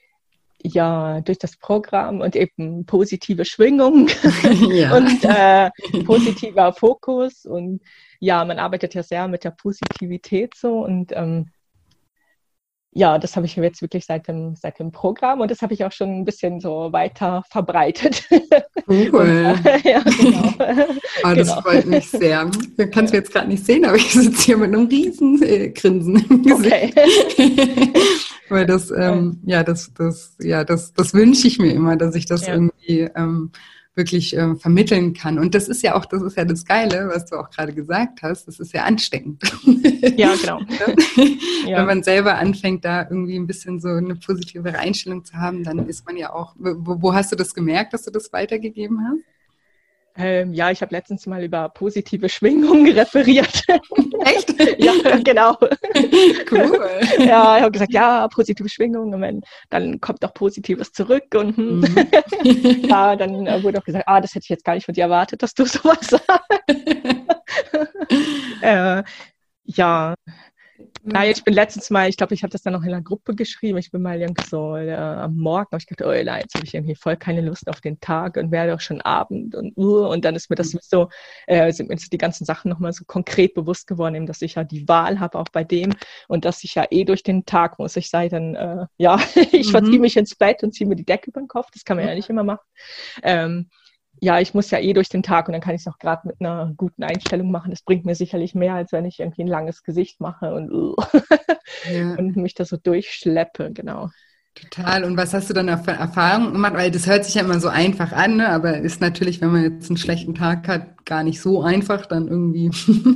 [SPEAKER 2] ja, durch das Programm und eben positive Schwingung ja. und äh, positiver Fokus und ja, man arbeitet ja sehr mit der Positivität so und ähm, ja, das habe ich jetzt wirklich seit dem, seit dem Programm und das habe ich auch schon ein bisschen so weiter verbreitet.
[SPEAKER 1] Cool.
[SPEAKER 2] Ja, genau.
[SPEAKER 1] Oh, das
[SPEAKER 2] Genau.
[SPEAKER 1] freut mich sehr. Du kannst mir jetzt gerade nicht sehen, aber ich sitze hier mit einem riesen äh, Grinsen im Gesicht. Okay. Weil das, ähm, ja, das, das, ja, das, das wünsche ich mir immer, dass ich das ja. irgendwie ähm, wirklich äh, vermitteln kann. Und das ist ja auch, das ist ja das Geile, was du auch gerade gesagt hast, das ist ja ansteckend.
[SPEAKER 2] Ja, genau.
[SPEAKER 1] Ja. Wenn man selber anfängt, da irgendwie ein bisschen so eine positivere Einstellung zu haben, dann ist man ja auch, wo, wo hast du das gemerkt, dass du das weitergegeben hast?
[SPEAKER 2] Ähm, ja, ich habe letztens mal über positive Schwingungen referiert.
[SPEAKER 1] Echt?
[SPEAKER 2] Ja, genau.
[SPEAKER 1] Cool.
[SPEAKER 2] Ja, ich habe gesagt, ja, positive Schwingungen, dann kommt auch Positives zurück. Und hm. mhm. Ja, dann wurde auch gesagt, ah, das hätte ich jetzt gar nicht von dir erwartet, dass du sowas sagst. äh, ja. Nein, ich bin letztens mal, ich glaube, ich habe das dann noch in einer Gruppe geschrieben, ich bin mal irgendwie so äh, am Morgen, habe ich gedacht, oh nein, jetzt habe ich irgendwie voll keine Lust auf den Tag und wäre doch schon Abend und uh, und dann ist mir das so, äh, sind mir die ganzen Sachen nochmal so konkret bewusst geworden, eben, dass ich ja die Wahl habe auch bei dem und dass ich ja eh durch den Tag muss, ich sei dann, äh, ja, ich mhm. verziehe mich ins Bett und ziehe mir die Decke über den Kopf, das kann man ja nicht immer machen. Ähm, ja, ich muss ja eh durch den Tag und dann kann ich es auch gerade mit einer guten Einstellung machen. Das bringt mir sicherlich mehr, als wenn ich irgendwie ein langes Gesicht mache und, uh, ja. und mich da so durchschleppe, genau.
[SPEAKER 1] Total. Und was hast du dann für Erfahrungen gemacht? Weil das hört sich ja immer so einfach an, ne? Aber ist natürlich, wenn man jetzt einen schlechten Tag hat, gar nicht so einfach, dann irgendwie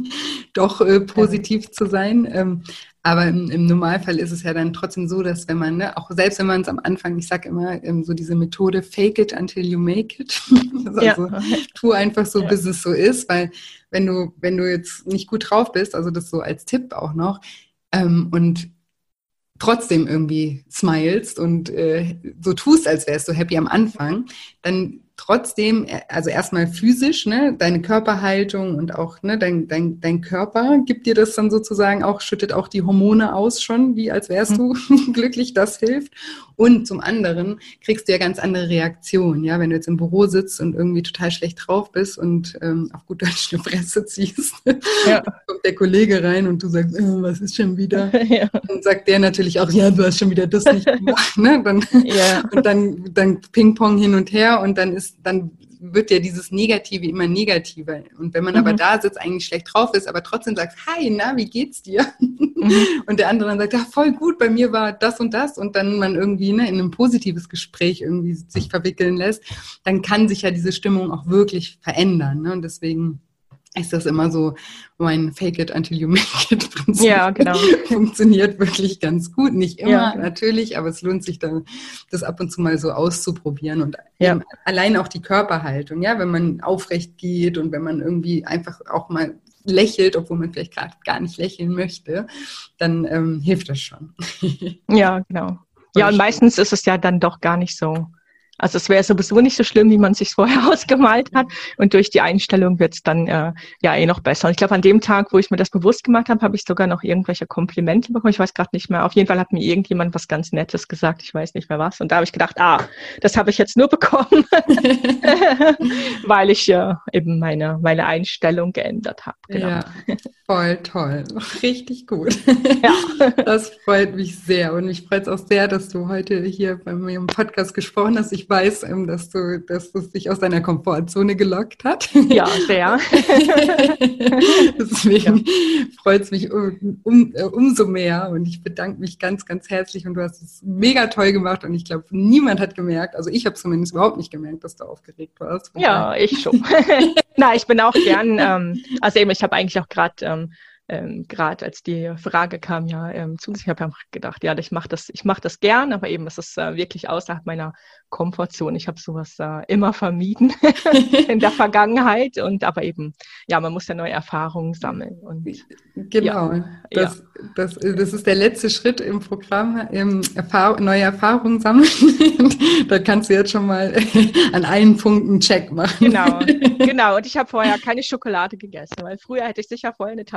[SPEAKER 1] doch äh, positiv ja. zu sein. Ähm, aber im, im Normalfall ist es ja dann trotzdem so, dass wenn man, ne, auch selbst wenn man es am Anfang, ich sage immer ähm, so diese Methode, fake it until you make it. Also ja. tu einfach so, ja. bis es so ist, weil wenn du, wenn du jetzt nicht gut drauf bist, also das so als Tipp auch noch, ähm, und trotzdem irgendwie smilest und äh, so tust, als wärst du happy am Anfang, dann trotzdem, also erstmal physisch, ne, deine Körperhaltung und auch ne, dein, dein, dein Körper gibt dir das dann sozusagen auch, schüttet auch die Hormone aus schon, wie als wärst du mhm. glücklich, das hilft. Und zum anderen kriegst du ja ganz andere Reaktionen, ja, wenn du jetzt im Büro sitzt und irgendwie total schlecht drauf bist und ähm, auf gut Deutsch eine Fresse ziehst, ja. Dann kommt der Kollege rein und du sagst, oh, was ist schon wieder? Ja. Dann sagt der natürlich auch, ja, du hast schon wieder das nicht gemacht, ne? Dann, ja. Und dann, dann Ping-Pong hin und her und dann ist dann wird ja dieses Negative immer negativer. Und wenn man mhm. aber da sitzt, eigentlich schlecht drauf ist, aber trotzdem sagt, hi, na, wie geht's dir? Mhm. Und der andere dann sagt, ja, voll gut, bei mir war das und das und dann man irgendwie ne, in ein positives Gespräch irgendwie sich verwickeln lässt, dann kann sich ja diese Stimmung auch wirklich verändern. Ne? Und deswegen ist das immer so mein Fake it until you make it Prinzip.
[SPEAKER 2] Ja, genau.
[SPEAKER 1] Funktioniert wirklich ganz gut. Nicht immer, ja, genau. natürlich, aber es lohnt sich dann, das ab und zu mal so auszuprobieren. Und ja. eben allein auch die Körperhaltung, ja, wenn man aufrecht geht und wenn man irgendwie einfach auch mal lächelt, obwohl man vielleicht gerade gar nicht lächeln möchte, dann ähm, hilft das schon.
[SPEAKER 2] Ja, genau. Ja, und meistens ist es ja dann doch gar nicht so. Also es wäre sowieso nicht so schlimm, wie man es sich vorher ausgemalt hat. Und durch die Einstellung wird es dann äh, ja eh noch besser. Und ich glaube, an dem Tag, wo ich mir das bewusst gemacht habe, habe ich sogar noch irgendwelche Komplimente bekommen. Ich weiß gerade nicht mehr. Auf jeden Fall hat mir irgendjemand was ganz Nettes gesagt. Ich weiß nicht mehr was. Und da habe ich gedacht, ah, das habe ich jetzt nur bekommen, weil ich äh, eben meine, meine Einstellung geändert habe. Genau.
[SPEAKER 1] Ja, voll toll. Richtig gut. Ja. Das freut mich sehr. Und mich freut es auch sehr, dass du heute hier bei mir im Podcast gesprochen hast. Ich weiß, dass du, dass es dich aus deiner Komfortzone gelockt hat.
[SPEAKER 2] Ja, sehr.
[SPEAKER 1] Deswegen ja. freut es mich um, um, umso mehr und ich bedanke mich ganz, ganz herzlich und du hast es mega toll gemacht und ich glaube, niemand hat gemerkt, also ich habe zumindest überhaupt nicht gemerkt, dass du aufgeregt warst.
[SPEAKER 2] Ja, ich schon. Na, ich bin auch gern, ähm, also eben, ich habe eigentlich auch gerade ähm, Ähm, gerade als die Frage kam, ja, ähm, zu sich, habe ich gedacht, ja, ich mache das, ich mache das gern, aber eben, es ist äh, wirklich außerhalb meiner Komfortzone. Ich habe sowas äh, immer vermieden in der Vergangenheit und aber eben, ja, man muss ja neue Erfahrungen sammeln. Und,
[SPEAKER 1] genau, ja, das, ja. Das, das, das ist der letzte Schritt im Programm, ähm, Erfahrung, neue Erfahrungen sammeln. Da kannst du jetzt schon mal an allen Punkten einen Check machen.
[SPEAKER 2] Genau, genau. Und ich habe vorher keine Schokolade gegessen, weil früher hätte ich sicher vorher eine Tafel Schokolade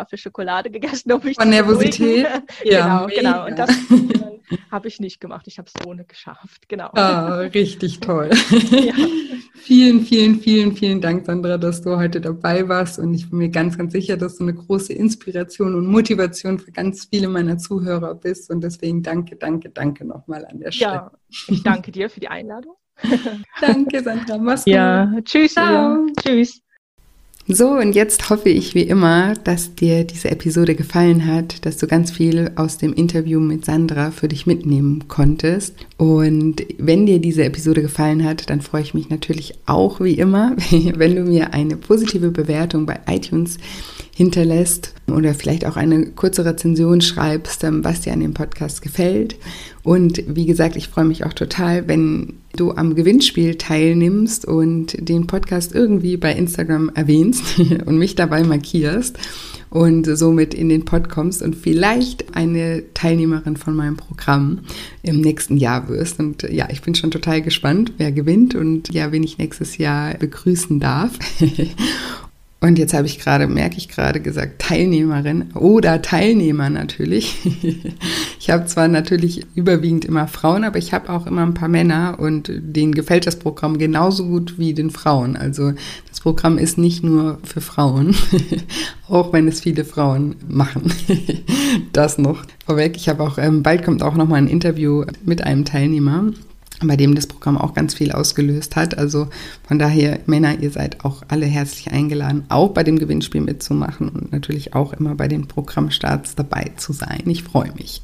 [SPEAKER 2] Marmelade gegessen, um mich
[SPEAKER 1] Von
[SPEAKER 2] zu
[SPEAKER 1] Nervosität?
[SPEAKER 2] Ja, genau, genau. Und das habe ich nicht gemacht. Ich habe es ohne geschafft, genau.
[SPEAKER 1] Ah, richtig toll. Ja. Vielen, vielen, vielen, vielen Dank, Sandra, dass du heute dabei warst. Und ich bin mir ganz, ganz sicher, dass du eine große Inspiration und Motivation für ganz viele meiner Zuhörer bist. Und deswegen danke, danke, danke nochmal an der Stelle.
[SPEAKER 2] Ja, ich danke dir für die Einladung.
[SPEAKER 1] Danke, Sandra. Mach's gut.
[SPEAKER 2] Ja, tschüss. Ciao. Tschüss.
[SPEAKER 1] So, und jetzt hoffe ich wie immer, dass dir diese Episode gefallen hat, dass du ganz viel aus dem Interview mit Sandra für dich mitnehmen konntest. Und wenn dir diese Episode gefallen hat, dann freue ich mich natürlich auch wie immer, wenn du mir eine positive Bewertung bei iTunes hinterlässt oder vielleicht auch eine kurze Rezension schreibst, was dir an dem Podcast gefällt. Und wie gesagt, ich freue mich auch total, wenn du am Gewinnspiel teilnimmst und den Podcast irgendwie bei Instagram erwähnst und mich dabei markierst und somit in den Pod kommst und vielleicht eine Teilnehmerin von meinem Programm im nächsten Jahr wirst. Und ja, ich bin schon total gespannt, wer gewinnt und ja, wen ich nächstes Jahr begrüßen darf. Und jetzt habe ich gerade, merke ich gerade gesagt, Teilnehmerin oder Teilnehmer natürlich. Ich habe zwar natürlich überwiegend immer Frauen, aber ich habe auch immer ein paar Männer und denen gefällt das Programm genauso gut wie den Frauen. Also das Programm ist nicht nur für Frauen, auch wenn es viele Frauen machen. Das noch vorweg. Ich habe auch, ähm, bald kommt auch nochmal ein Interview mit einem Teilnehmer, bei dem das Programm auch ganz viel ausgelöst hat. Also von daher, Männer, ihr seid auch alle herzlich eingeladen, auch bei dem Gewinnspiel mitzumachen und natürlich auch immer bei den Programmstarts dabei zu sein. Ich freue mich.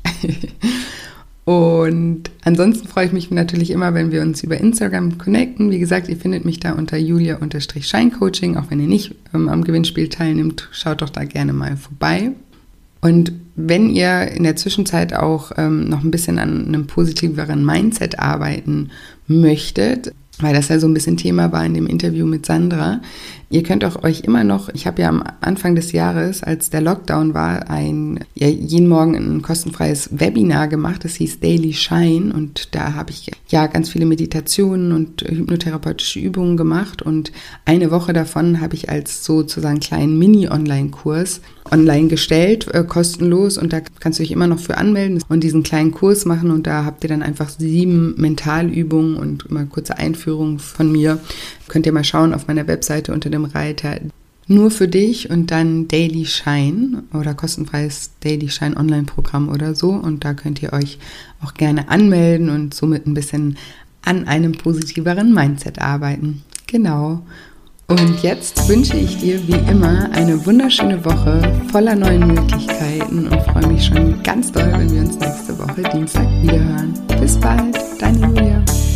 [SPEAKER 1] Und ansonsten freue ich mich natürlich immer, wenn wir uns über Instagram connecten. Wie gesagt, ihr findet mich da unter julia-scheincoaching. Auch wenn ihr nicht ähm, am Gewinnspiel teilnimmt, schaut doch da gerne mal vorbei. Und wenn ihr in der Zwischenzeit auch ähm, noch ein bisschen an einem positiveren Mindset arbeiten möchtet, weil das ja so ein bisschen Thema war in dem Interview mit Sandra, ihr könnt auch euch immer noch, ich habe ja am Anfang des Jahres, als der Lockdown war, ein ja, jeden Morgen ein kostenfreies Webinar gemacht, das hieß Daily Shine, und da habe ich ja ganz viele Meditationen und hypnotherapeutische Übungen gemacht, und eine Woche davon habe ich als sozusagen kleinen Mini-Online-Kurs online gestellt, äh, kostenlos, und da kannst du dich immer noch für anmelden und diesen kleinen Kurs machen, und da habt ihr dann einfach sieben Mentalübungen und immer kurze Einführungen von mir. Könnt ihr mal schauen auf meiner Webseite unter dem Reiter nur für dich und dann Daily Shine oder kostenfreies Daily Shine Online-Programm oder so, und da könnt ihr euch auch gerne anmelden und somit ein bisschen an einem positiveren Mindset arbeiten. Genau. Und jetzt wünsche ich dir wie immer eine wunderschöne Woche voller neuen Möglichkeiten und freue mich schon ganz doll, wenn wir uns nächste Woche Dienstag wiederhören. Bis bald, deine Julia.